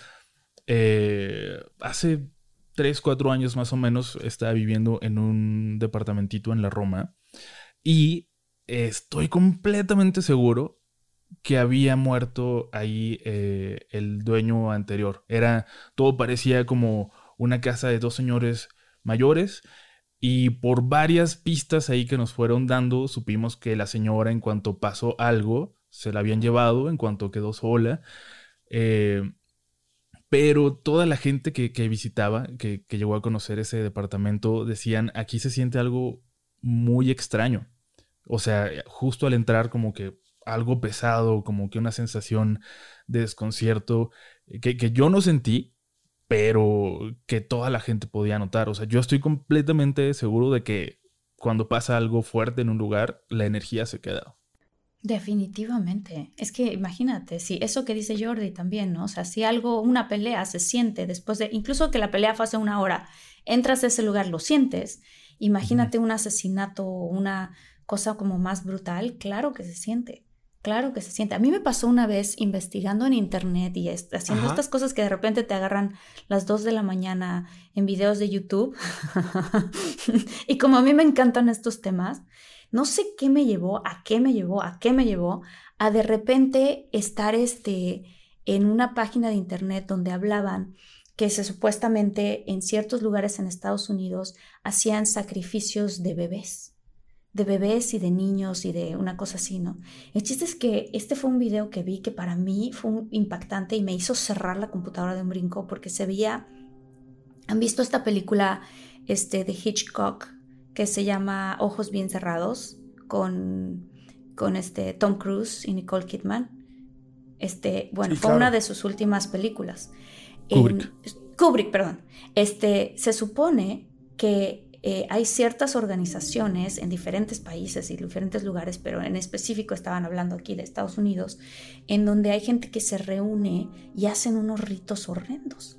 eh, hace tres, cuatro años más o menos estaba viviendo en un departamentito en la Roma y estoy completamente seguro que había muerto ahí eh, el dueño anterior. Era, todo parecía como una casa de dos señores mayores y por varias pistas ahí que nos fueron dando supimos que la señora, en cuanto pasó algo, se la habían llevado, en cuanto quedó sola. Eh, pero toda la gente que, que visitaba, que, que llegó a conocer ese departamento, decían, aquí se siente algo muy extraño. O sea, justo al entrar como que algo pesado, como que una sensación de desconcierto que, que yo no sentí, pero que toda la gente podía notar. O sea, yo estoy completamente seguro de que cuando pasa algo fuerte en un lugar, la energía se queda. Definitivamente. Es que imagínate, si eso que dice Jordi también, ¿no? O sea, si algo, una pelea se siente después de, incluso que la pelea fue hace una hora, entras a ese lugar, lo sientes. Imagínate uh-huh. un asesinato o una cosa como más brutal, claro que se siente. Claro que se siente. A mí me pasó una vez investigando en internet y est- haciendo Ajá. estas cosas que de repente te agarran las dos de la mañana en videos de YouTube. Y como a mí me encantan estos temas, no sé qué me llevó, a qué me llevó, a qué me llevó, a de repente estar este, en una página de internet donde hablaban que se supuestamente en ciertos lugares en Estados Unidos hacían sacrificios de bebés. de bebés y de niños y de una cosa así, ¿no? El chiste es que este fue un video que vi que para mí fue un impactante y me hizo cerrar la computadora de un brinco porque se veía... ¿Han visto esta película este, de Hitchcock que se llama Ojos bien cerrados? Con, con este Tom Cruise y Nicole Kidman. Este, bueno, Sí, fue claro. una de sus últimas películas. Kubrick. En, Kubrick, perdón. Este, se supone que eh, hay ciertas organizaciones en diferentes países y diferentes lugares, pero en específico estaban hablando aquí de Estados Unidos, en donde hay gente que se reúne y hacen unos ritos horrendos.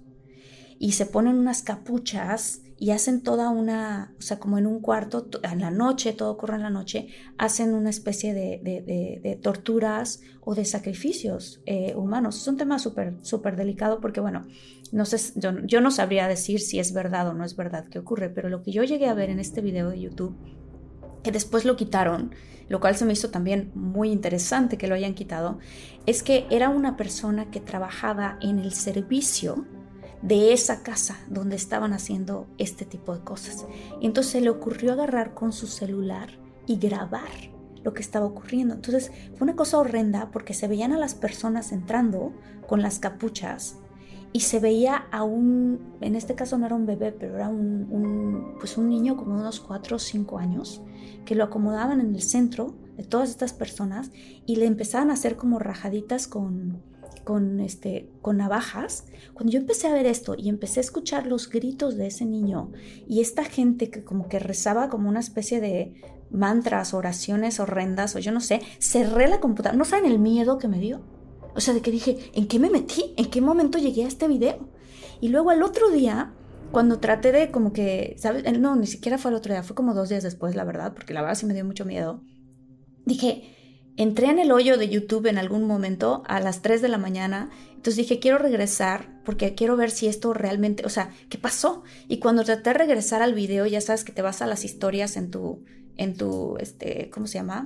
Y se ponen unas capuchas y hacen toda una, o sea, como en un cuarto, en la noche, todo ocurre en la noche, hacen una especie de, de, de, de torturas o de sacrificios eh, humanos. Es un tema súper, súper delicado porque, bueno, no sé, yo, yo no sabría decir si es verdad o no es verdad que ocurre, pero lo que yo llegué a ver en este video de YouTube, que después lo quitaron, lo cual se me hizo también muy interesante que lo hayan quitado, es que era una persona que trabajaba en el servicio de esa casa donde estaban haciendo este tipo de cosas. Y entonces se le ocurrió agarrar con su celular y grabar lo que estaba ocurriendo. Entonces fue una cosa horrenda porque se veían a las personas entrando con las capuchas y se veía a un, en este caso no era un bebé, pero era un, un, pues un niño como de unos cuatro o cinco años, que lo acomodaban en el centro de todas estas personas y le empezaban a hacer como rajaditas con... Con, este, con navajas. Cuando yo empecé a ver esto y empecé a escuchar los gritos de ese niño y esta gente que como que rezaba como una especie de mantras, oraciones horrendas o yo no sé, cerré la computadora. ¿No saben el miedo que me dio? O sea, de que dije, ¿en qué me metí? ¿En qué momento llegué a este video? Y luego al otro día, cuando traté de como que, ¿sabes? No, ni siquiera fue al otro día, fue como dos días después, la verdad, porque la verdad sí me dio mucho miedo. Dije... Entré en el hoyo de YouTube en algún momento a las tres de la mañana, entonces dije, quiero regresar porque quiero ver si esto realmente, o sea, ¿qué pasó? Y cuando traté de regresar al video, ya sabes que te vas a las historias en tu, en tu, este, ¿cómo se llama?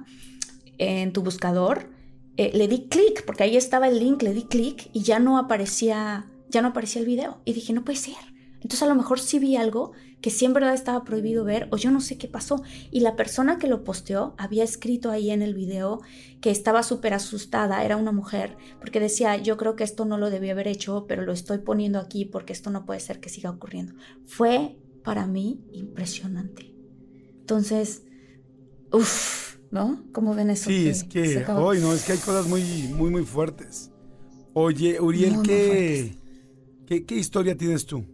En tu buscador, eh, le di clic, porque ahí estaba el link, le di clic y ya no aparecía, ya no aparecía el video. Y dije, no puede ser. Entonces a lo mejor sí vi algo que sí en verdad estaba prohibido ver o yo no sé qué pasó. Y la persona que lo posteó había escrito ahí en el video que estaba súper asustada, era una mujer, porque decía, yo creo que esto no lo debí haber hecho, pero lo estoy poniendo aquí porque esto no puede ser que siga ocurriendo. Fue para mí impresionante. Entonces, uff, ¿no? ¿Cómo ven eso? Sí, es que hoy no, es que hay cosas muy, muy, muy fuertes. Oye, Uriel, Muy, muy ¿qué, ¿qué, qué historia tienes tú?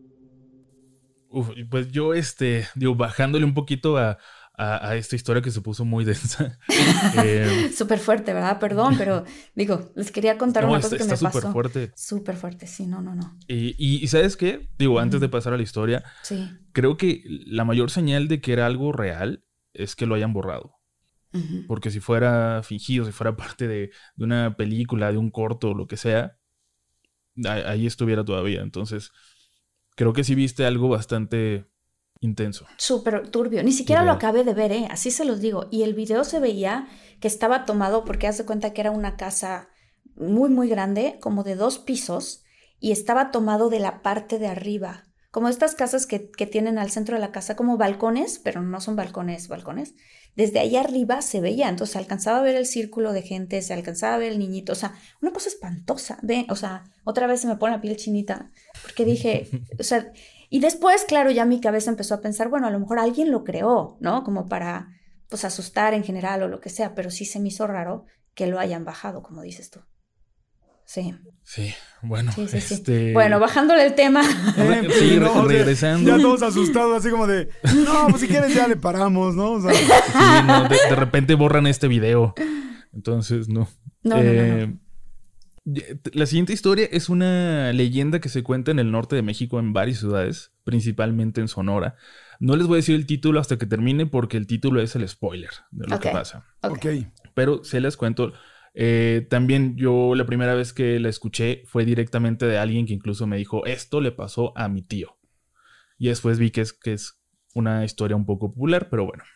Uf, pues yo, este, digo, bajándole un poquito a, a, a esta historia que se puso muy densa. eh, Súper fuerte, ¿verdad? Perdón, pero digo, les quería contar no, una está, cosa que está me pasó. súper fuerte. Súper fuerte, sí, no, no, no. Y, y, y ¿sabes qué? Digo, antes de pasar a la historia, Sí. creo que la mayor señal de que era algo real es que lo hayan borrado. Uh-huh. Porque si fuera fingido, si fuera parte de, de una película, de un corto, lo que sea, ahí estuviera todavía. Entonces, creo que sí viste algo bastante intenso. Súper turbio. Ni siquiera lo acabé de ver, ¿eh? Así se los digo. Y el video se veía que estaba tomado porque haz de cuenta que era una casa muy, muy grande, como de dos pisos, y estaba tomado de la parte de arriba. Como estas casas que, que tienen al centro de la casa como balcones, pero no son balcones, balcones. Desde ahí arriba se veía, entonces se alcanzaba a ver el círculo de gente, se alcanzaba a ver el niñito, o sea, una cosa espantosa. Ve, o sea, otra vez se me pone la piel chinita, porque dije, o sea, y después, claro, ya mi cabeza empezó a pensar, bueno, a lo mejor alguien lo creó, ¿no? Como para, pues, asustar en general o lo que sea, pero sí se me hizo raro que lo hayan bajado, como dices tú. Sí. Sí, bueno, sí, sí, sí. este... Bueno, bajándole el tema. Eh, sí, no, o sea, regresando. ya todos asustados, así como de, no, pues si quieres ya le paramos, ¿no? O sea, Sí, no, de, de repente borran este video. Entonces, no. No, eh, no, no, no. La siguiente historia es una leyenda que se cuenta en el norte de México en varias ciudades, principalmente en Sonora. No les voy a decir el título hasta que termine porque el título es el spoiler de lo okay. que pasa. ok. okay. Pero se les cuento. Eh, también yo la primera vez que la escuché fue directamente de alguien que incluso me dijo, esto le pasó a mi tío. Y después vi que es, que es una historia un poco popular, pero bueno.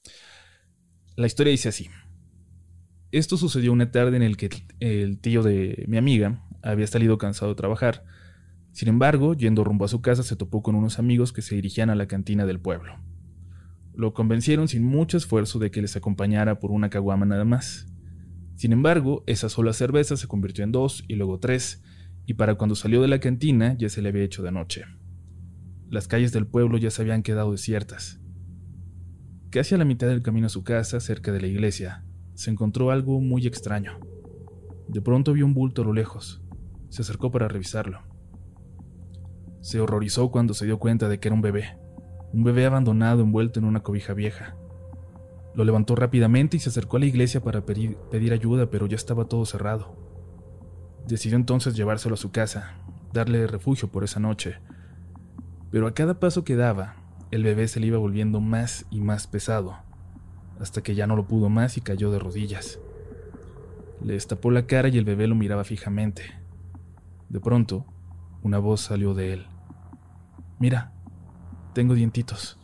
La historia dice así. Esto sucedió una tarde en el que el tío de mi amiga había salido cansado de trabajar. Sin embargo, yendo rumbo a su casa, se topó con unos amigos que se dirigían a la cantina del pueblo. Lo convencieron sin mucho esfuerzo de que les acompañara por una caguama nada más. Sin embargo, esa sola cerveza se convirtió en dos y luego tres, y para cuando salió de la cantina ya se le había hecho de noche. Las calles del pueblo ya se habían quedado desiertas. Casi a la mitad del camino a su casa, cerca de la iglesia, se encontró algo muy extraño. De pronto vio un bulto a lo lejos. Se acercó para revisarlo. Se horrorizó cuando se dio cuenta de que era un bebé. Un bebé abandonado envuelto en una cobija vieja. Lo levantó rápidamente y se acercó a la iglesia para pedir, pedir ayuda, pero ya estaba todo cerrado. Decidió entonces llevárselo a su casa, darle refugio por esa noche. Pero a cada paso que daba, el bebé se le iba volviendo más y más pesado, hasta que ya no lo pudo más y cayó de rodillas. Le destapó la cara y el bebé lo miraba fijamente. De pronto, una voz salió de él. «Mira, tengo dientitos».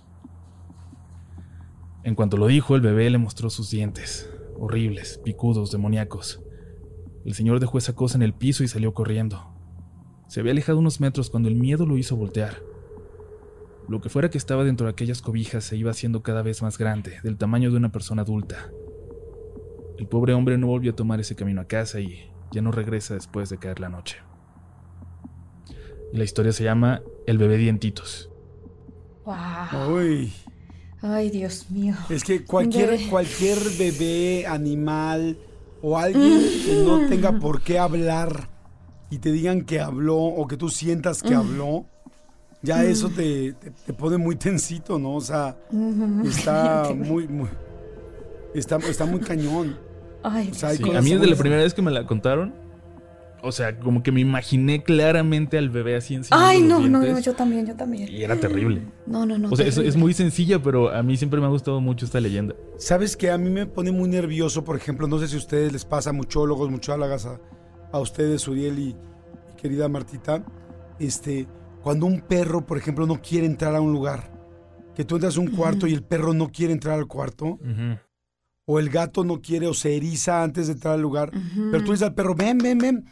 En cuanto lo dijo, el bebé le mostró sus dientes, horribles, picudos, demoníacos. El señor dejó esa cosa en el piso y salió corriendo. Se había alejado unos metros cuando el miedo lo hizo voltear. Lo que fuera que estaba dentro de aquellas cobijas se iba haciendo cada vez más grande, del tamaño de una persona adulta. El pobre hombre no volvió a tomar ese camino a casa y ya no regresa después de caer la noche. Y la historia se llama El bebé dientitos. Wow. Uy. Ay, Dios mío. Es que cualquier Bebé. cualquier bebé, animal o alguien que no tenga por qué hablar y te digan que habló o que tú sientas que habló, ya eso te, te, te pone muy tensito, ¿no? O sea, está muy, muy está, está muy cañón. Ay, O sea, hay Sí, cosas a mí desde muy- la primera vez que me la contaron, o sea, como que me imaginé claramente al bebé así enseñando Ay, los no, no, dientes, no, yo también, yo también. y era terrible. No, no, no. O sea, es, terrible. es muy sencilla, pero a mí siempre me ha gustado mucho esta leyenda. ¿Sabes qué? A mí me pone muy nervioso, por ejemplo, no sé si a ustedes les pasa, muchólogos, muchólogas, a, a ustedes, Uriel y, y querida Martita, este, cuando un perro, por ejemplo, no quiere entrar a un lugar, que tú entras a un cuarto y el perro no quiere entrar al cuarto, Ujú. o el gato no quiere o se eriza antes de entrar al lugar, Ujú. pero tú dices al perro, ven, ven, ven,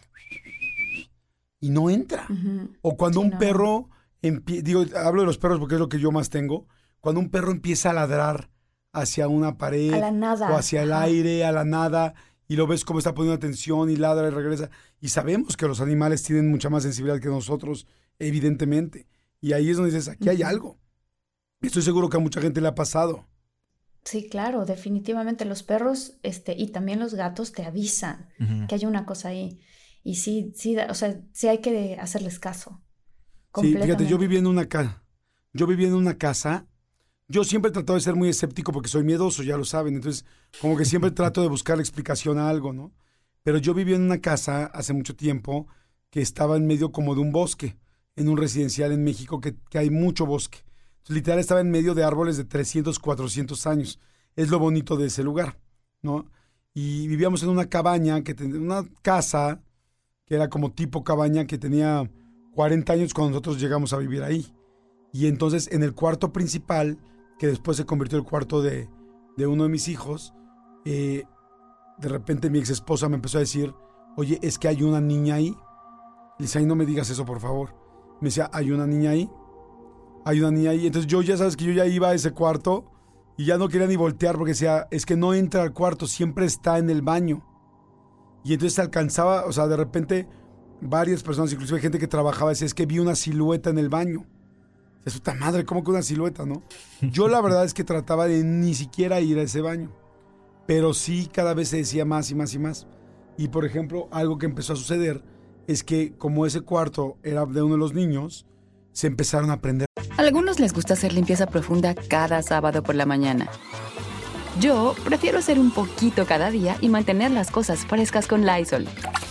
y no entra. Ujú. O cuando Sí, un no. perro, empie- digo, hablo de los perros porque es lo que yo más tengo, cuando un perro empieza a ladrar hacia una pared A la nada. o hacia el Ajá. aire, a la nada, y lo ves cómo está poniendo atención y ladra y regresa. Y sabemos que los animales tienen mucha más sensibilidad que nosotros, evidentemente. Y ahí es donde dices, aquí hay algo. Estoy seguro que a mucha gente le ha pasado. Sí, claro, definitivamente los perros, este, y también los gatos te avisan Ujú. que hay una cosa ahí. Y sí, sí, da- o sea, sí hay que hacerles caso. Sí, fíjate, yo Completamente. viví en una casa, yo viví en una casa, yo siempre he tratado de ser muy escéptico porque soy miedoso, ya lo saben, entonces como que siempre trato de buscar la explicación a algo, ¿no? Pero yo viví en una casa hace mucho tiempo que estaba en medio como de un bosque, en un residencial en México que, que hay mucho bosque. Entonces, literal estaba en medio de árboles de trescientos, cuatrocientos años. Es lo bonito de ese lugar, ¿no? Y vivíamos en una cabaña, que ten- una casa que era como tipo cabaña que tenía cuarenta años cuando nosotros llegamos a vivir ahí. Y entonces en el cuarto principal, que después se convirtió en el cuarto de, de uno de mis hijos, eh, de repente mi ex esposa me empezó a decir, oye, es que hay una niña ahí. Le decía, ay, no me digas eso, por favor. Me decía, hay una niña ahí. Hay una niña ahí. Entonces yo ya sabes que yo ya iba a ese cuarto y ya no quería ni voltear porque decía, es que no entra al cuarto, siempre está en el baño. Y entonces alcanzaba, o sea, de repente varias personas, inclusive gente que trabajaba, decía, es que vi una silueta en el baño. Es puta madre, ¿cómo que una silueta, no? Yo la verdad es que trataba de ni siquiera ir a ese baño. Pero sí, cada vez se decía más y más y más. Y por ejemplo, algo que empezó a suceder es que como ese cuarto era de uno de los niños, se empezaron a prender. A algunos les gusta hacer limpieza profunda cada sábado por la mañana. Yo prefiero hacer un poquito cada día y mantener las cosas frescas con Lysol.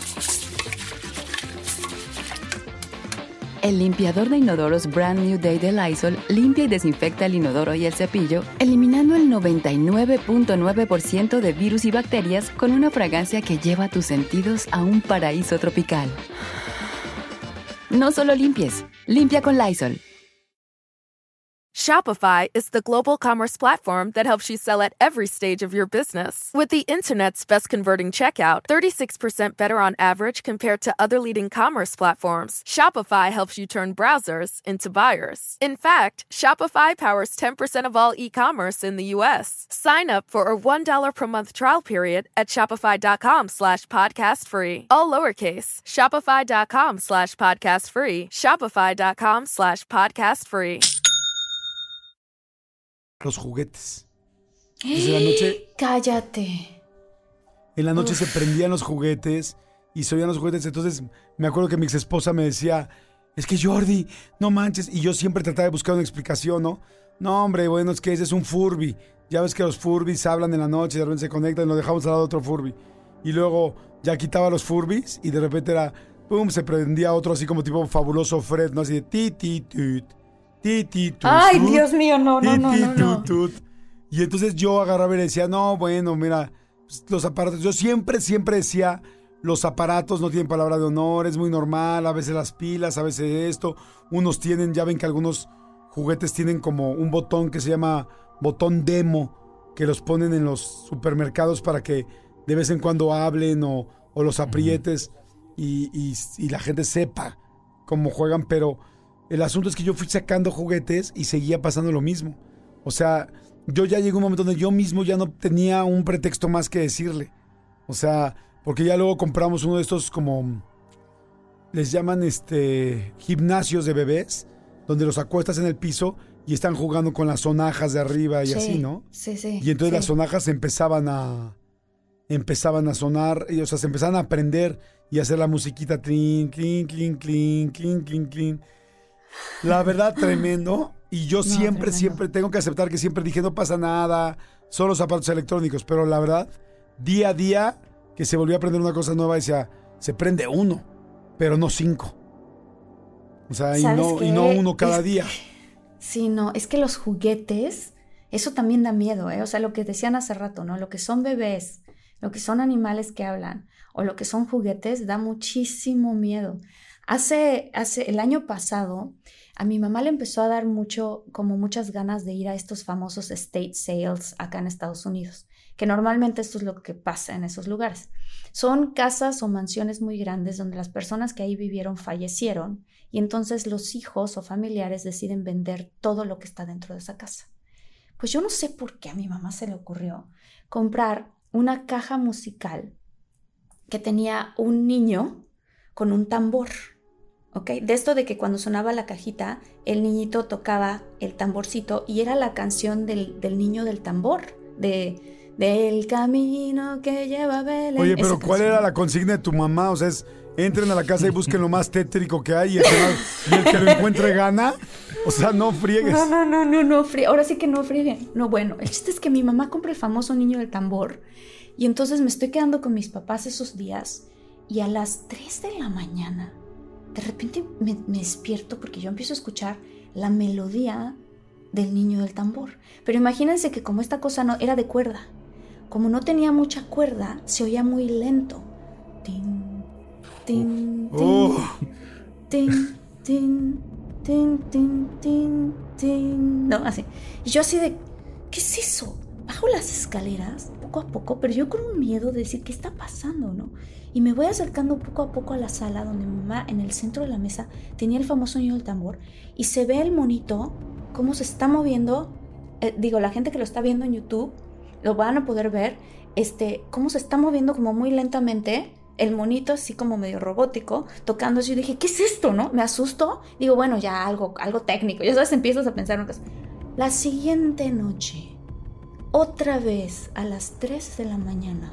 El limpiador de inodoros Brand New Day de Lysol limpia y desinfecta el inodoro y el cepillo, eliminando el noventa y nueve punto nueve por ciento de virus y bacterias con una fragancia que lleva tus sentidos a un paraíso tropical. No solo limpies, limpia con Lysol. Shopify is the global commerce platform that helps you sell at every stage of your business. With the internet's best converting checkout, thirty-six percent better on average compared to other leading commerce platforms, Shopify helps you turn browsers into buyers. In fact, Shopify powers ten percent of all e-commerce in the U S. Sign up for a one dollar per month trial period at shopify.com slash podcast free. All lowercase, shopify.com slash podcast free, shopify.com slash podcast free. Los juguetes. Desde la noche, Cállate. en la noche Uf. se prendían los juguetes y se oían los juguetes. Entonces me acuerdo que mi ex esposa me decía, es que Jordi, no manches. Y yo siempre trataba de buscar una explicación, ¿no? No, hombre, bueno, es que ese es un Furby. Ya ves que los Furbies hablan en la noche, de repente se conectan y lo dejamos al lado de otro Furby. Y luego ya quitaba los Furbies y de repente era, pum, se prendía otro así como tipo Fabuloso Fred, ¿no? Así de ti, ti, tut, ti, ti, tut. Ay, Dios mío, no, no, no, no, no. Tut. Y entonces yo agarraba y le decía, no, bueno, mira, los aparatos. Yo siempre, siempre decía, los aparatos no tienen palabra de honor, es muy normal, a veces las pilas, a veces esto. Unos tienen, ya ven que algunos juguetes tienen como un botón que se llama botón demo, que los ponen en los supermercados para que de vez en cuando hablen o, o los aprietes y, y, y la gente sepa cómo juegan. Pero el asunto es que yo fui sacando juguetes y seguía pasando lo mismo. O sea, yo ya llegué a un momento donde yo mismo ya no tenía un pretexto más que decirle. O sea, porque ya luego compramos uno de estos como, les llaman este gimnasios de bebés, donde los acuestas en el piso y están jugando con las sonajas de arriba y sí, así, ¿no? Sí, sí. Y entonces sí. las sonajas empezaban a empezaban a sonar, y, o sea, se empezaban a aprender y a hacer la musiquita clink, clink, clink, clink, clink, clink, clink. La verdad, tremendo. Y yo no, siempre, tremendo. siempre tengo que aceptar que siempre dije, no pasa nada, son los aparatos electrónicos. Pero la verdad, día a día que se volvió a aprender una cosa nueva, decía, se prende uno, pero no cinco. O sea, y no, y no uno cada es, día. Sí, no, es que los juguetes, eso también da miedo, ¿eh? O sea, lo que decían hace rato, ¿no? Lo que son bebés, lo que son animales que hablan, o lo que son juguetes, da muchísimo miedo. Hace, hace, el año pasado, a mi mamá le empezó a dar mucho, como muchas ganas de ir a estos famosos estate sales acá en Estados Unidos, que normalmente esto es lo que pasa en esos lugares. Son casas o mansiones muy grandes donde las personas que ahí vivieron fallecieron y entonces los hijos o familiares deciden vender todo lo que está dentro de esa casa. Pues yo no sé por qué a mi mamá se le ocurrió comprar una caja musical que tenía un niño con un tambor. ¿Ok? De esto de que cuando sonaba la cajita, el niñito tocaba el tamborcito y era la canción del, del niño del tambor, de, del camino que lleva a Belén. Oye, pero ¿cuál era la consigna de tu mamá? O sea, es, entren a la casa y busquen lo más tétrico que hay y el que, más, y el que lo encuentre gana. O sea, no friegues. No, no, no, no, no, frie- ahora sí que no frieguen. No, bueno, el chiste es que mi mamá compra el famoso niño del tambor y entonces me estoy quedando con mis papás esos días y a las tres de la mañana de repente me, me despierto porque yo empiezo a escuchar la melodía del niño del tambor. Pero imagínense que como esta cosa no era de cuerda, como no tenía mucha cuerda, se oía muy lento. Tin, tin, tin, oh. tin, tin, tin, tin, tin, tin. No, así. Y yo así de, ¿qué es eso? Bajo las escaleras, poco a poco, pero yo con un miedo de decir, ¿qué está pasando, no? Y me voy acercando poco a poco a la sala donde mi mamá en el centro de la mesa tenía el famoso niño del tambor y se ve el monito, cómo se está moviendo, eh, digo, la gente que lo está viendo en YouTube lo van a poder ver, este, cómo se está moviendo como muy lentamente, el monito así como medio robótico, tocando así. Yo dije, ¿qué es esto, no? Me asusto, digo, bueno, ya algo, algo técnico, ya sabes, empiezas a pensar en cosas. La siguiente noche, otra vez a las tres de la mañana,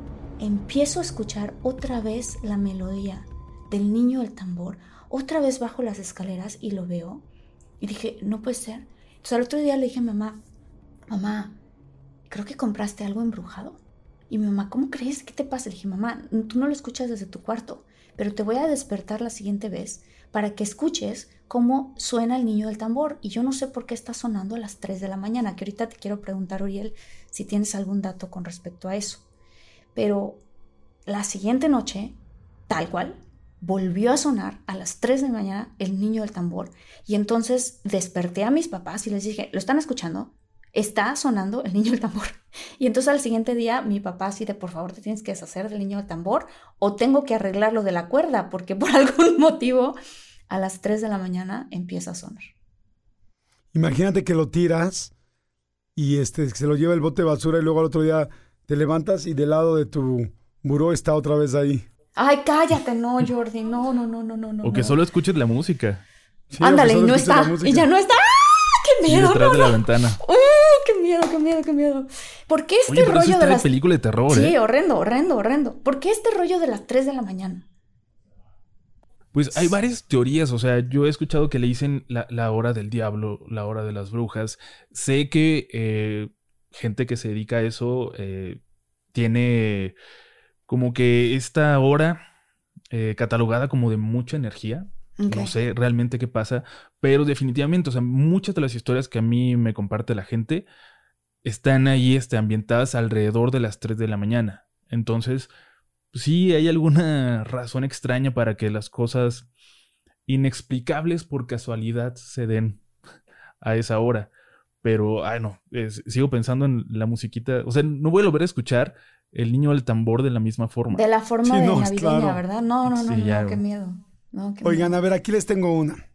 empiezo a escuchar otra vez la melodía del niño del tambor, otra vez bajo las escaleras y lo veo. Y dije, no puede ser. Entonces al otro día le dije a mi mamá, mamá, creo que compraste algo embrujado. Y mi mamá, ¿cómo crees? ¿Qué te pasa? Le dije, mamá, tú no lo escuchas desde tu cuarto, pero te voy a despertar la siguiente vez para que escuches cómo suena el niño del tambor. Y yo no sé por qué está sonando a las tres de la mañana, que ahorita te quiero preguntar, Uriel, si tienes algún dato con respecto a eso. Pero la siguiente noche, tal cual, volvió a sonar a las tres de la mañana el niño del tambor. Y entonces desperté a mis papás y les dije, ¿lo están escuchando? Está sonando el niño del tambor. Y entonces al siguiente día mi papá así de, por favor, te tienes que deshacer del niño del tambor o tengo que arreglarlo de la cuerda porque por algún motivo a las tres de la mañana empieza a sonar. Imagínate que lo tiras y este, se lo lleva el bote de basura y luego al otro día te levantas y del lado de tu buró está otra vez ahí. Ay, cállate, no, Jordi, no, no, no, no, no. O que no. solo escuches la música. Sí, ándale, y no está. Y ya no está. ¡Ah, qué miedo! Y detrás no, de la no. ventana. ¡Uh, qué miedo, qué miedo, qué miedo! ¿Por qué este Oye, pero rollo eso está de las... película de terror, Sí, ¿eh? horrendo, horrendo, horrendo. ¿Por qué este rollo de las tres de la mañana? Pues hay varias teorías, o sea, yo he escuchado que le dicen la, la hora del diablo, la hora de las brujas. Sé que eh, gente que se dedica a eso eh, tiene como que esta hora eh, catalogada como de mucha energía. Okay. No sé realmente qué pasa, pero definitivamente, o sea, muchas de las historias que a mí me comparte la gente están ahí este, ambientadas alrededor de las tres de la mañana. Entonces, sí hay alguna razón extraña para que las cosas inexplicables por casualidad se den a esa hora. Pero, ay no, es, sigo pensando en la musiquita. O sea, no voy a volver a escuchar El Niño del Tambor de la misma forma. De la forma Sí, de no, navideña, claro. ¿verdad? No, no, no, Sí, no, ya. qué miedo. No, qué Oigan, miedo. a ver, aquí les tengo una.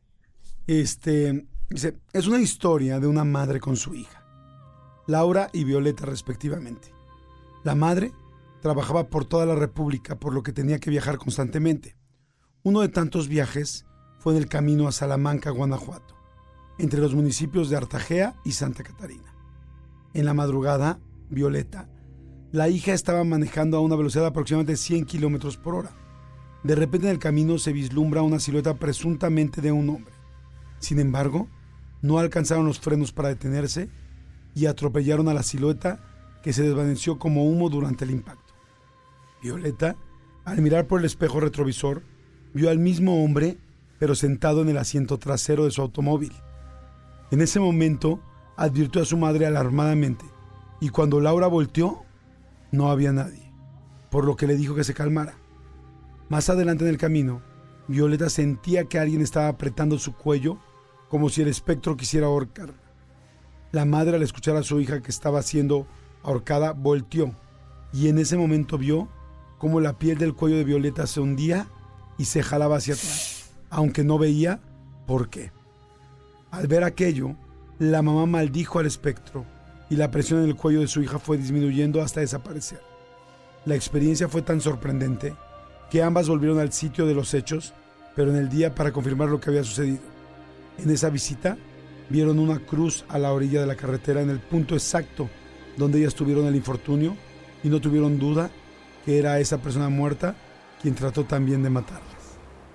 Este, dice, es una historia de una madre con su hija, Laura y Violeta respectivamente. La madre trabajaba por toda la República, por lo que tenía que viajar constantemente. Uno de tantos viajes fue en el camino a Salamanca, Guanajuato, entre los municipios de Artajea y Santa Catarina. En la madrugada, Violeta, la hija, estaba manejando a una velocidad de aproximadamente cien kilómetros por hora. De repente en el camino se vislumbra una silueta presuntamente de un hombre. Sin embargo, no alcanzaron los frenos para detenerse y atropellaron a la silueta, que se desvaneció como humo durante el impacto. Violeta, al mirar por el espejo retrovisor, vio al mismo hombre, pero sentado en el asiento trasero de su automóvil. En ese momento, advirtió a su madre alarmadamente, y cuando Laura volteó, no había nadie, por lo que le dijo que se calmara. Más adelante en el camino, Violeta sentía que alguien estaba apretando su cuello, como si el espectro quisiera ahorcarla. La madre, al escuchar a su hija que estaba siendo ahorcada, volteó, y en ese momento vio cómo la piel del cuello de Violeta se hundía y se jalaba hacia atrás, aunque no veía por qué. Al ver aquello, la mamá maldijo al espectro y la presión en el cuello de su hija fue disminuyendo hasta desaparecer. La experiencia fue tan sorprendente que ambas volvieron al sitio de los hechos, pero en el día, para confirmar lo que había sucedido. En esa visita, vieron una cruz a la orilla de la carretera en el punto exacto donde ellas tuvieron el infortunio y no tuvieron duda que era esa persona muerta quien trató también de matarlas.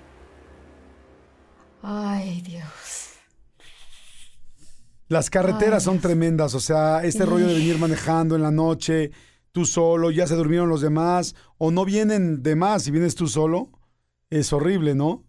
Ay, Dios. Las carreteras Ay, son Dios. tremendas, o sea, este Sí. rollo de venir manejando en la noche, tú solo, ya se durmieron los demás, o no vienen de más y vienes tú solo, es horrible, ¿no?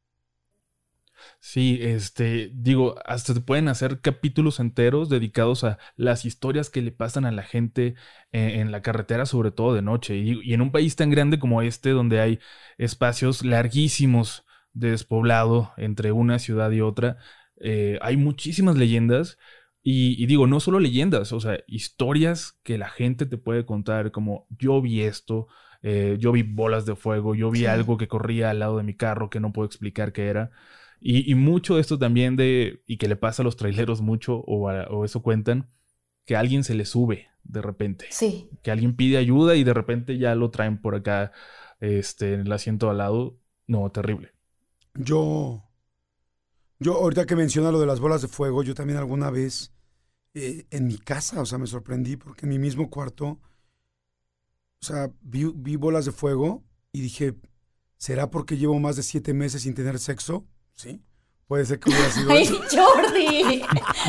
Sí, este, digo, hasta se pueden hacer capítulos enteros dedicados a las historias que le pasan a la gente en, en la carretera, sobre todo de noche. Y, y en un país tan grande como este, donde hay espacios larguísimos de despoblado entre una ciudad y otra, eh, hay muchísimas leyendas. Y, y digo, no solo leyendas, o sea, historias que la gente te puede contar, como yo vi esto, eh, yo vi bolas de fuego, yo vi Sí. algo que corría al lado de mi carro que no puedo explicar qué era. Y, y mucho de esto también de, y que le pasa a los traileros mucho, o, a- o eso cuentan, que a alguien se le sube de repente. Sí. Que alguien pide ayuda y de repente ya lo traen por acá, este, en el asiento al lado. No, terrible. Yo, yo ahorita que menciona lo de las bolas de fuego, yo también alguna vez eh, en mi casa, o sea, me sorprendí porque en mi mismo cuarto, o sea, vi, vi bolas de fuego y dije, ¿será porque llevo más de siete meses sin tener sexo? Sí, puede ser que hubiera sido ¡Ay, eso. Jordi!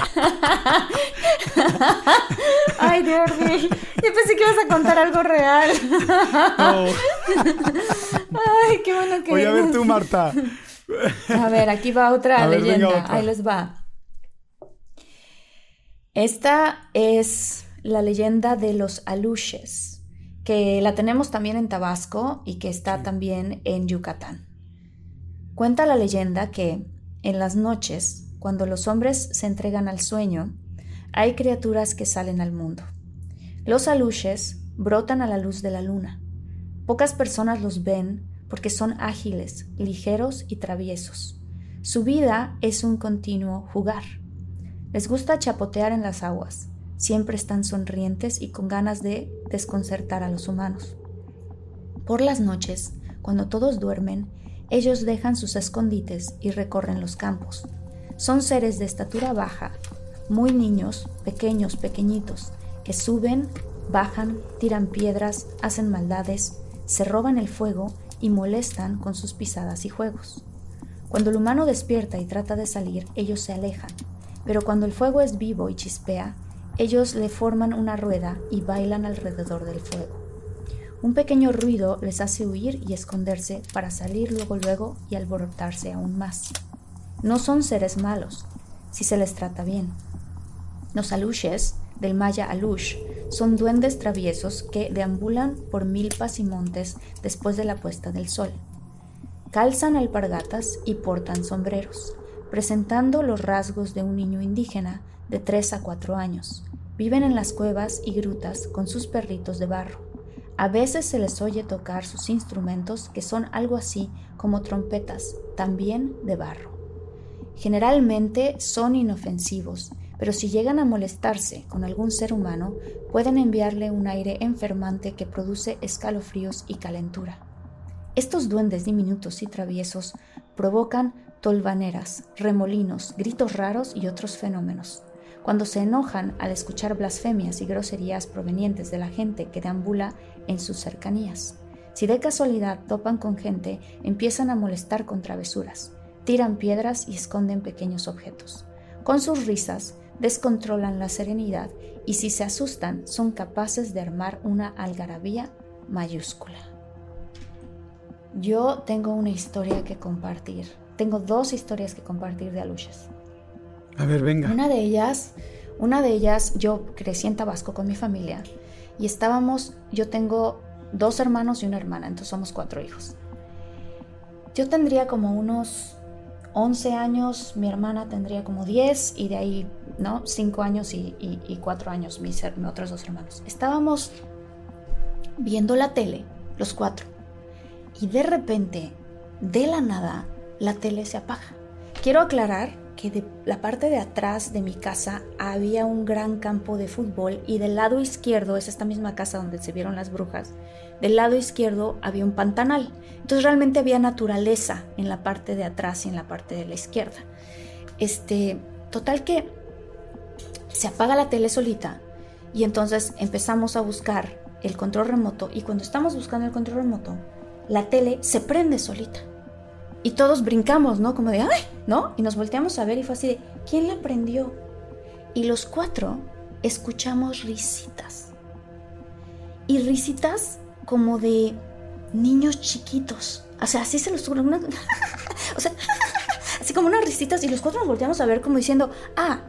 ¡Ay, Jordi! Yo pensé que ibas a contar algo real. No. ¡Ay, qué bueno que... Oye, a ver tú, Marta. A ver, aquí va otra A ver, venga, leyenda. otra. Ahí les va. Esta es la leyenda de los aluches, que la tenemos también en Tabasco y que está Sí. también en Yucatán. Cuenta la leyenda que en las noches, cuando los hombres se entregan al sueño, hay criaturas que salen al mundo. Los aluches brotan a la luz de la luna. Pocas personas los ven porque son ágiles, ligeros y traviesos. Su vida es un continuo jugar. Les gusta chapotear en las aguas. Siempre están sonrientes y con ganas de desconcertar a los humanos. Por las noches, cuando todos duermen, ellos dejan sus escondites y recorren los campos. Son seres de estatura baja, muy niños, pequeños, pequeñitos, que suben, bajan, tiran piedras, hacen maldades, se roban el fuego y molestan con sus pisadas y juegos. Cuando el humano despierta y trata de salir, ellos se alejan, pero cuando el fuego es vivo y chispea, ellos le forman una rueda y bailan alrededor del fuego. Un pequeño ruido les hace huir y esconderse para salir luego luego y alborotarse aún más. No son seres malos, si se les trata bien. Los alushes, del maya alush, son duendes traviesos que deambulan por milpas y montes después de la puesta del sol. Calzan alpargatas y portan sombreros, presentando los rasgos de un niño indígena de tres a cuatro años. Viven en las cuevas y grutas con sus perritos de barro. A veces se les oye tocar sus instrumentos, que son algo así como trompetas, también de barro. Generalmente son inofensivos, pero si llegan a molestarse con algún ser humano, pueden enviarle un aire enfermante que produce escalofríos y calentura. Estos duendes diminutos y traviesos provocan tolvaneras, remolinos, gritos raros y otros fenómenos. Cuando se enojan al escuchar blasfemias y groserías provenientes de la gente que deambula en sus cercanías. Si de casualidad topan con gente, empiezan a molestar con travesuras, tiran piedras y esconden pequeños objetos. Con sus risas, descontrolan la serenidad y si se asustan, son capaces de armar una algarabía mayúscula. Yo tengo una historia que compartir. Tengo dos historias que compartir de alushes. A ver, venga. Una de ellas, una de ellas, yo crecí en Tabasco con mi familia y estábamos, yo tengo dos hermanos y una hermana, entonces somos cuatro hijos. Yo tendría como unos once años, mi hermana tendría como diez y de ahí, ¿no? cinco años y, y, y cuatro años mis, mis otros dos hermanos. Estábamos viendo la tele, los cuatro, y de repente, de la nada, la tele se apaga. Quiero aclarar que de la parte de atrás de mi casa había un gran campo de fútbol y del lado izquierdo, es esta misma casa donde se vieron las brujas, del lado izquierdo había un pantanal. Entonces realmente había naturaleza en la parte de atrás y en la parte de la izquierda. Este, total que se apaga la tele solita y entonces empezamos a buscar el control remoto y cuando estamos buscando el control remoto, la tele se prende solita. Y todos brincamos, ¿no? Como de, ¡ay! ¿No? Y nos volteamos a ver y fue así de, ¿quién la prendió? Y los cuatro escuchamos risitas. Y risitas como de niños chiquitos. O sea, así se los tuvo. Una... o sea, así como unas risitas. Y los cuatro nos volteamos a ver como diciendo, ah,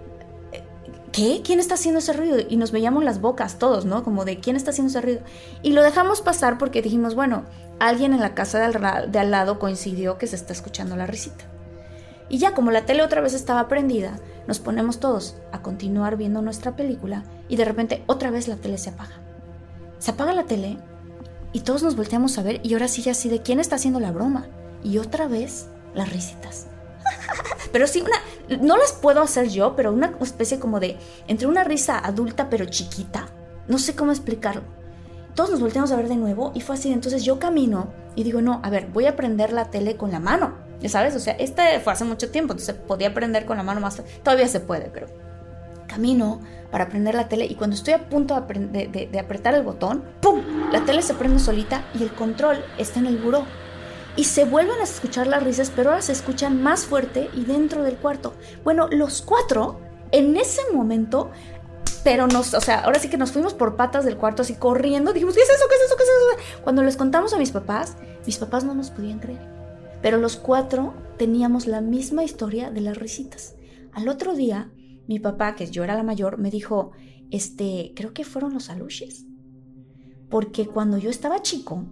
¿qué? ¿Quién está haciendo ese ruido? Y nos veíamos las bocas todos, ¿no? Como de, ¿quién está haciendo ese ruido? Y lo dejamos pasar porque dijimos, bueno, alguien en la casa de al, de al lado coincidió que se está escuchando la risita. Y ya, como la tele otra vez estaba prendida, nos ponemos todos a continuar viendo nuestra película y de repente otra vez la tele se apaga. Se apaga la tele y todos nos volteamos a ver y ahora sí ya así de quién está haciendo la broma. Y otra vez las risitas. Pero sí, una, no las puedo hacer yo, pero una especie como de, entre una risa adulta pero chiquita, no sé cómo explicarlo. Todos nos volteamos a ver de nuevo y fue así. Entonces yo camino y digo, no, a ver, voy a prender la tele con la mano. Ya sabes, o sea, este fue hace mucho tiempo, entonces podía prender con la mano más. Todavía se puede, pero camino para prender la tele y cuando estoy a punto de, de, de apretar el botón, ¡pum! La tele se prende solita y el control está en el buró. Y se vuelven a escuchar las risas, pero ahora se escuchan más fuerte y dentro del cuarto. Bueno, los cuatro, en ese momento... Pero nos, o sea, ahora sí que nos fuimos por patas del cuarto así corriendo. Dijimos, ¿qué es eso? ¿Qué es eso? ¿Qué es eso? Cuando les contamos a mis papás, mis papás no nos podían creer. Pero los cuatro teníamos la misma historia de las risitas. Al otro día, mi papá, que yo era la mayor, me dijo, este, creo que fueron los alushes. Porque cuando yo estaba chico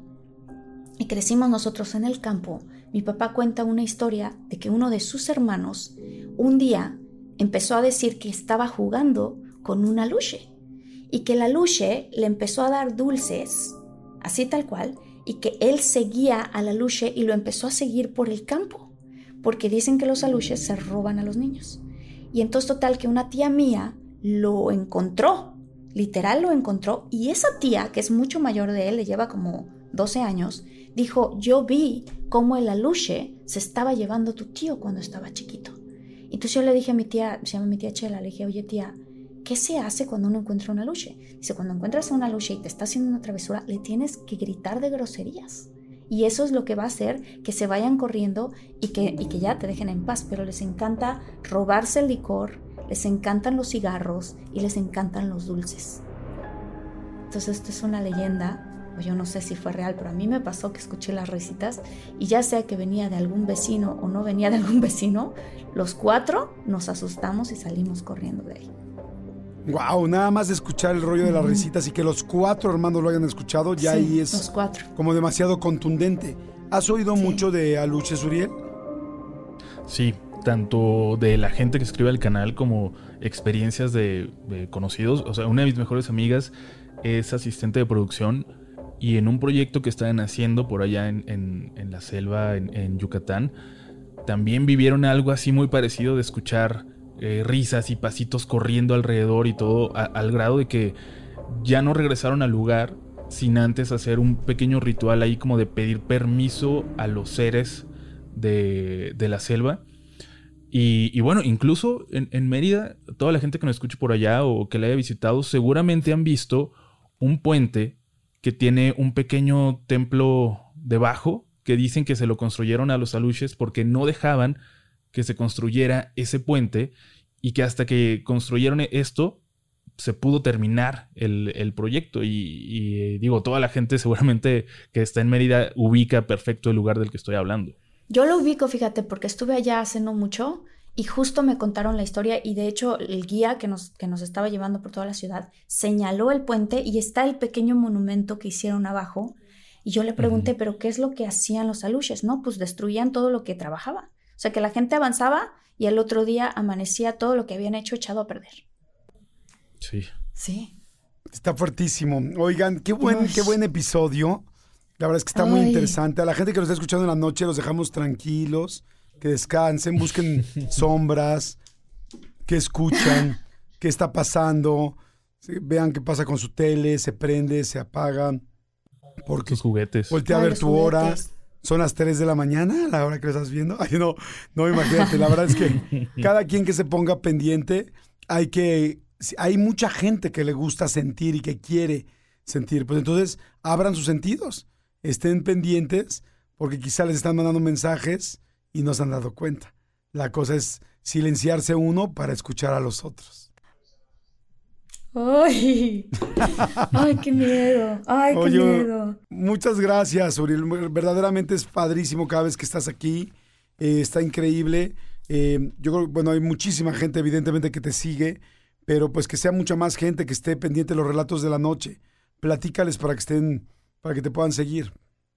y crecimos nosotros en el campo, mi papá cuenta una historia de que uno de sus hermanos un día empezó a decir que estaba jugando con un aluche y que el aluche le empezó a dar dulces, así tal cual, y que él seguía al aluche y lo empezó a seguir por el campo, porque dicen que los aluches se roban a los niños. Y entonces total que una tía mía lo encontró, literal lo encontró, y esa tía, que es mucho mayor de él, le lleva como doce años, dijo, yo vi cómo el aluche se estaba llevando a tu tío cuando estaba chiquito. Entonces yo le dije a mi tía, se llama mi tía Chela, le dije, oye tía, ¿qué se hace cuando uno encuentra una aluche? Dice, cuando encuentras una aluche y te está haciendo una travesura, le tienes que gritar de groserías. Y eso es lo que va a hacer que se vayan corriendo y que, y que ya te dejen en paz. Pero les encanta robarse el licor, les encantan los cigarros y les encantan los dulces. Entonces esto es una leyenda, o yo no sé si fue real, pero a mí me pasó que escuché las risitas y ya sea que venía de algún vecino o no venía de algún vecino, los cuatro nos asustamos y salimos corriendo de ahí. Wow, nada más de escuchar el rollo de las risitas y que los cuatro hermanos lo hayan escuchado, ya sí, ahí es los cuatro. Como demasiado contundente. ¿Has oído Sí. mucho de aluches, Uriel? Sí, tanto de la gente que escribe al canal como experiencias de, de conocidos. O sea, una de mis mejores amigas es asistente de producción y en un proyecto que estaban haciendo por allá en, en, en la selva, en, en Yucatán, también vivieron algo así muy parecido de escuchar eh, risas y pasitos corriendo alrededor y todo, a, al grado de que ya no regresaron al lugar sin antes hacer un pequeño ritual ahí como de pedir permiso a los seres de, de la selva. Y, y bueno, incluso en, en Mérida, toda la gente que nos escuche por allá o que la haya visitado, seguramente han visto un puente que tiene un pequeño templo debajo, que dicen que se lo construyeron a los aluches porque no dejaban que se construyera ese puente y que hasta que construyeron esto se pudo terminar el, el proyecto. Y, y digo, toda la gente seguramente que está en Mérida ubica perfecto el lugar del que estoy hablando. Yo lo ubico, fíjate, porque estuve allá hace no mucho y justo me contaron la historia y de hecho el guía que nos, que nos estaba llevando por toda la ciudad señaló el puente y está el pequeño monumento que hicieron abajo y yo le pregunté, uh-huh. ¿pero qué es lo que hacían los aluches? No, pues destruían todo lo que trabajaba. O sea que la gente avanzaba y al otro día amanecía todo lo que habían hecho echado a perder. Sí. Sí. Está fuertísimo. Oigan, qué buen, qué buen episodio. La verdad es que está Ay. muy interesante. A la gente que nos está escuchando en la noche los dejamos tranquilos, que descansen, busquen sombras, que escuchan, qué está pasando, vean qué pasa con su tele, se prende, se apaga. Porque sus juguetes. Voltea a ver tu juguetes. hora. Son las tres de la mañana, la hora que lo estás viendo. Ay, no, no, imagínate. La verdad es que cada quien que se ponga pendiente, hay que... Hay mucha gente que le gusta sentir y que quiere sentir. Pues entonces, abran sus sentidos. Estén pendientes porque quizá les están mandando mensajes y no se han dado cuenta. La cosa es silenciarse uno para escuchar a los otros. ¡Ay! ¡Ay, qué miedo! ¡Ay, qué Oye, miedo! Muchas gracias, Uriel. Verdaderamente es padrísimo cada vez que estás aquí. Eh, está increíble. Eh, yo creo que, bueno, hay muchísima gente evidentemente que te sigue, pero pues que sea mucha más gente que esté pendiente de los relatos de la noche. Platícales para que estén, para que te puedan seguir.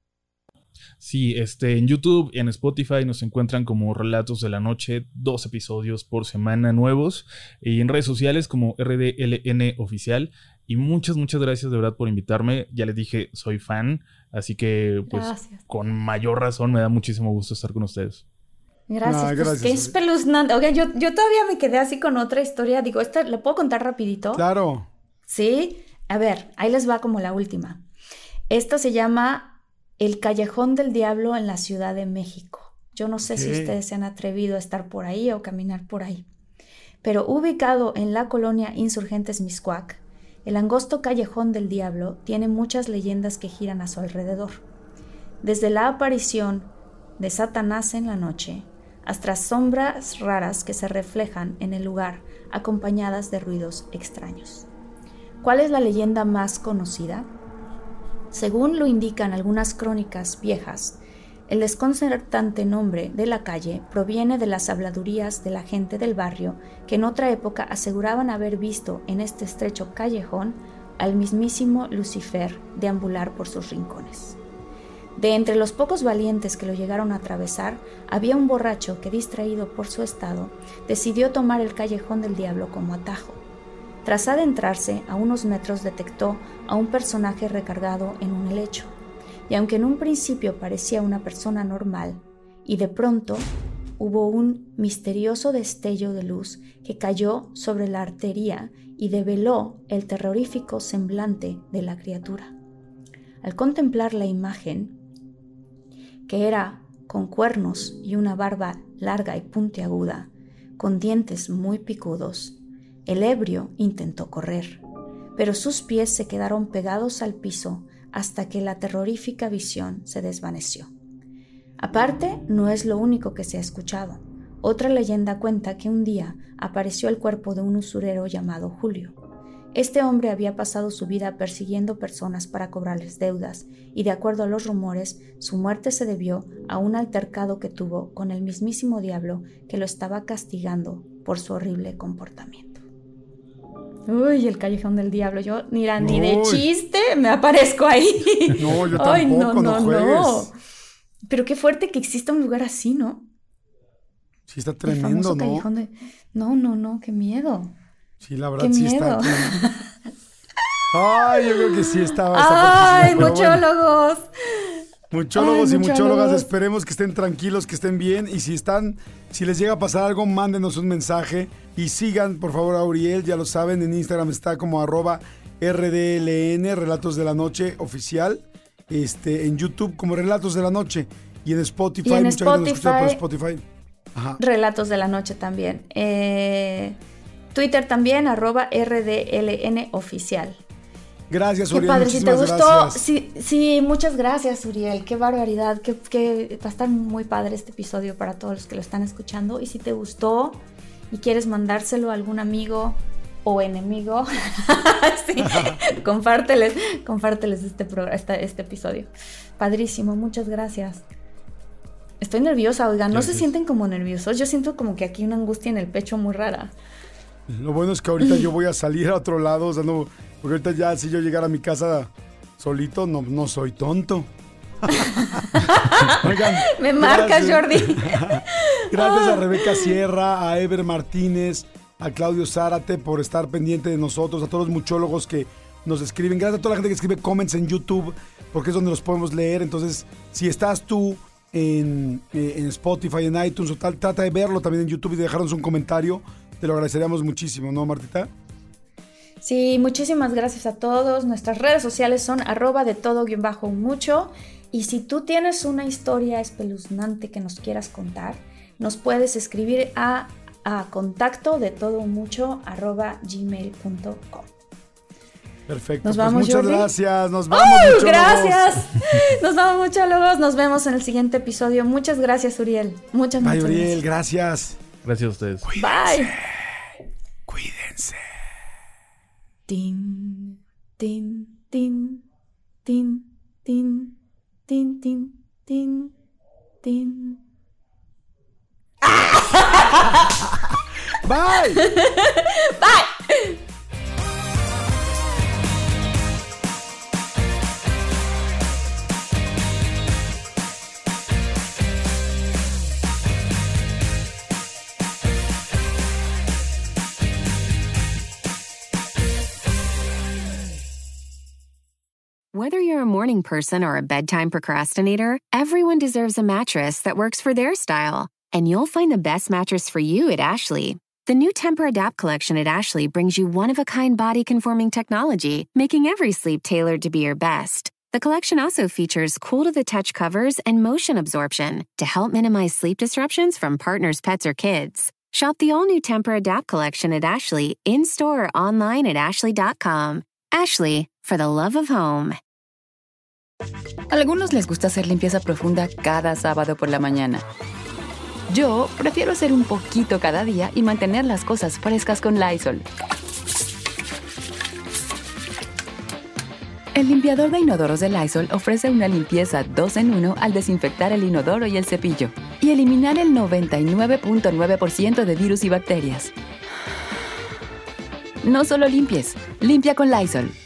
Sí, este, en YouTube y en Spotify nos encuentran como Relatos de la Noche, dos episodios por semana nuevos, y en redes sociales como R D L N Oficial. Y muchas, muchas gracias de verdad por invitarme. Ya les dije, soy fan, así que pues gracias. Con mayor razón me da muchísimo gusto estar con ustedes. Gracias, ah, pues gracias qué espeluznante. Oigan, yo, yo todavía me quedé así con otra historia. Digo, ¿esta la puedo contar rapidito? Claro. Sí, a ver, ahí les va como la última. Esta se llama El Callejón del Diablo en la Ciudad de México. Yo no sé ¿Qué? si ustedes se han atrevido a estar por ahí o caminar por ahí. Pero ubicado en la colonia Insurgentes Mixcoac, el angosto Callejón del Diablo tiene muchas leyendas que giran a su alrededor. Desde la aparición de Satanás en la noche, hasta sombras raras que se reflejan en el lugar acompañadas de ruidos extraños. ¿Cuál es la leyenda más conocida? Según lo indican algunas crónicas viejas, el desconcertante nombre de la calle proviene de las habladurías de la gente del barrio que en otra época aseguraban haber visto en este estrecho callejón al mismísimo Lucifer deambular por sus rincones. De entre los pocos valientes que lo llegaron a atravesar, había un borracho que, distraído por su estado, decidió tomar el Callejón del Diablo como atajo. Tras adentrarse a unos metros detectó a un personaje recargado en un helecho, y aunque en un principio parecía una persona normal, y de pronto hubo un misterioso destello de luz que cayó sobre la artería y develó el terrorífico semblante de la criatura. Al contemplar la imagen, que era con cuernos y una barba larga y puntiaguda, con dientes muy picudos, El ebrio intentó correr, pero sus pies se quedaron pegados al piso hasta que la terrorífica visión se desvaneció. Aparte, no es lo único que se ha escuchado. Otra leyenda cuenta que un día apareció el cuerpo de un usurero llamado Julio. Este hombre había pasado su vida persiguiendo personas para cobrarles deudas y, de acuerdo a los rumores, su muerte se debió a un altercado que tuvo con el mismísimo diablo que lo estaba castigando por su horrible comportamiento. Uy, el callejón del diablo. Yo, mira, ni de chiste me aparezco ahí. No, yo tampoco, Ay, no, no, no juegues. no. Pero qué fuerte que exista un lugar así, ¿no? Sí, está El tremendo, famoso ¿no? callejón de... No, no, no, qué miedo. Sí, la verdad Qué sí miedo. está. Ay, yo creo que sí estaba. ¡Ay, pero bueno. muchólogos! Muchólogos Ay, y muchólogas, muchólogos. esperemos que estén tranquilos, que estén bien. Y si están, si les llega a pasar algo, mándenos un mensaje. Y sigan, por favor, a Uriel, ya lo saben, en Instagram está como arroba R D L N, Relatos de la Noche Oficial. Este, en YouTube como Relatos de la Noche. Y en Spotify, Y en mucha gente nos escucha por Spotify. Spotify. Ajá. Relatos de la Noche también. Eh, Twitter también, arroba R D L N Oficial. Gracias, Qué Uriel. padre, si te muchísimas gustó, gracias. sí, sí, muchas gracias, Uriel, qué barbaridad, qué, qué, va a estar muy padre este episodio para todos los que lo están escuchando. Y si te gustó y quieres mandárselo a algún amigo o enemigo, sí, compárteles, compárteles este, progr- este, este episodio. Padrísimo, muchas gracias. Estoy nerviosa, oigan, ¿no Gracias. se sienten como nerviosos? Yo siento como que aquí una angustia en el pecho muy rara. Lo bueno es que ahorita yo voy a salir a otro lado, o sea, no, porque ahorita ya si yo llegara a mi casa solito, no, no soy tonto. Oigan, Me marcas, gracias. Jordi. Gracias a Rebeca Sierra, a Ever Martínez, a Claudio Zárate por estar pendiente de nosotros, a todos los muchólogos que nos escriben. Gracias a toda la gente que escribe comments en YouTube, porque es donde los podemos leer. Entonces, si estás tú en, eh, en Spotify, en iTunes o tal, trata de verlo también en YouTube y de dejarnos un comentario. Te lo agradeceríamos muchísimo, ¿no, Martita? Sí, muchísimas gracias a todos. Nuestras redes sociales son arroba de todo guión bajo mucho. Y si tú tienes una historia espeluznante que nos quieras contar, nos puedes escribir a, a contacto de todo mucho arroba gmail punto com. Perfecto. Nos pues vamos, muchas Jordi. gracias. Nos vamos, ¡Ay, muchólogos. gracias! Nos vamos, muchólogos. Nos vemos en el siguiente episodio. Muchas gracias, Uriel. Muchas, Bye, muchas Uriel. gracias. Gracias. Gracias a ustedes. Bye. Cuídense. Tin, tin, tin, tin, tin, tin, tin, tin, tin. Bye. Bye. Whether you're a morning person or a bedtime procrastinator, everyone deserves a mattress that works for their style. And you'll find the best mattress for you at Ashley. The new Temper-Adapt collection at Ashley brings you one-of-a-kind body-conforming technology, making every sleep tailored to be your best. The collection also features cool-to-the-touch covers and motion absorption to help minimize sleep disruptions from partners, pets, or kids. Shop the all-new Temper-Adapt collection at Ashley, in-store or online at ashley dot com. Ashley, for the love of home. A algunos les gusta hacer limpieza profunda cada sábado por la mañana. Yo prefiero hacer un poquito cada día y mantener las cosas frescas con Lysol. El limpiador de inodoros de Lysol ofrece una limpieza dos en uno al desinfectar el inodoro y el cepillo y eliminar el noventa y nueve punto nueve por ciento de virus y bacterias. No solo limpies, limpia con Lysol.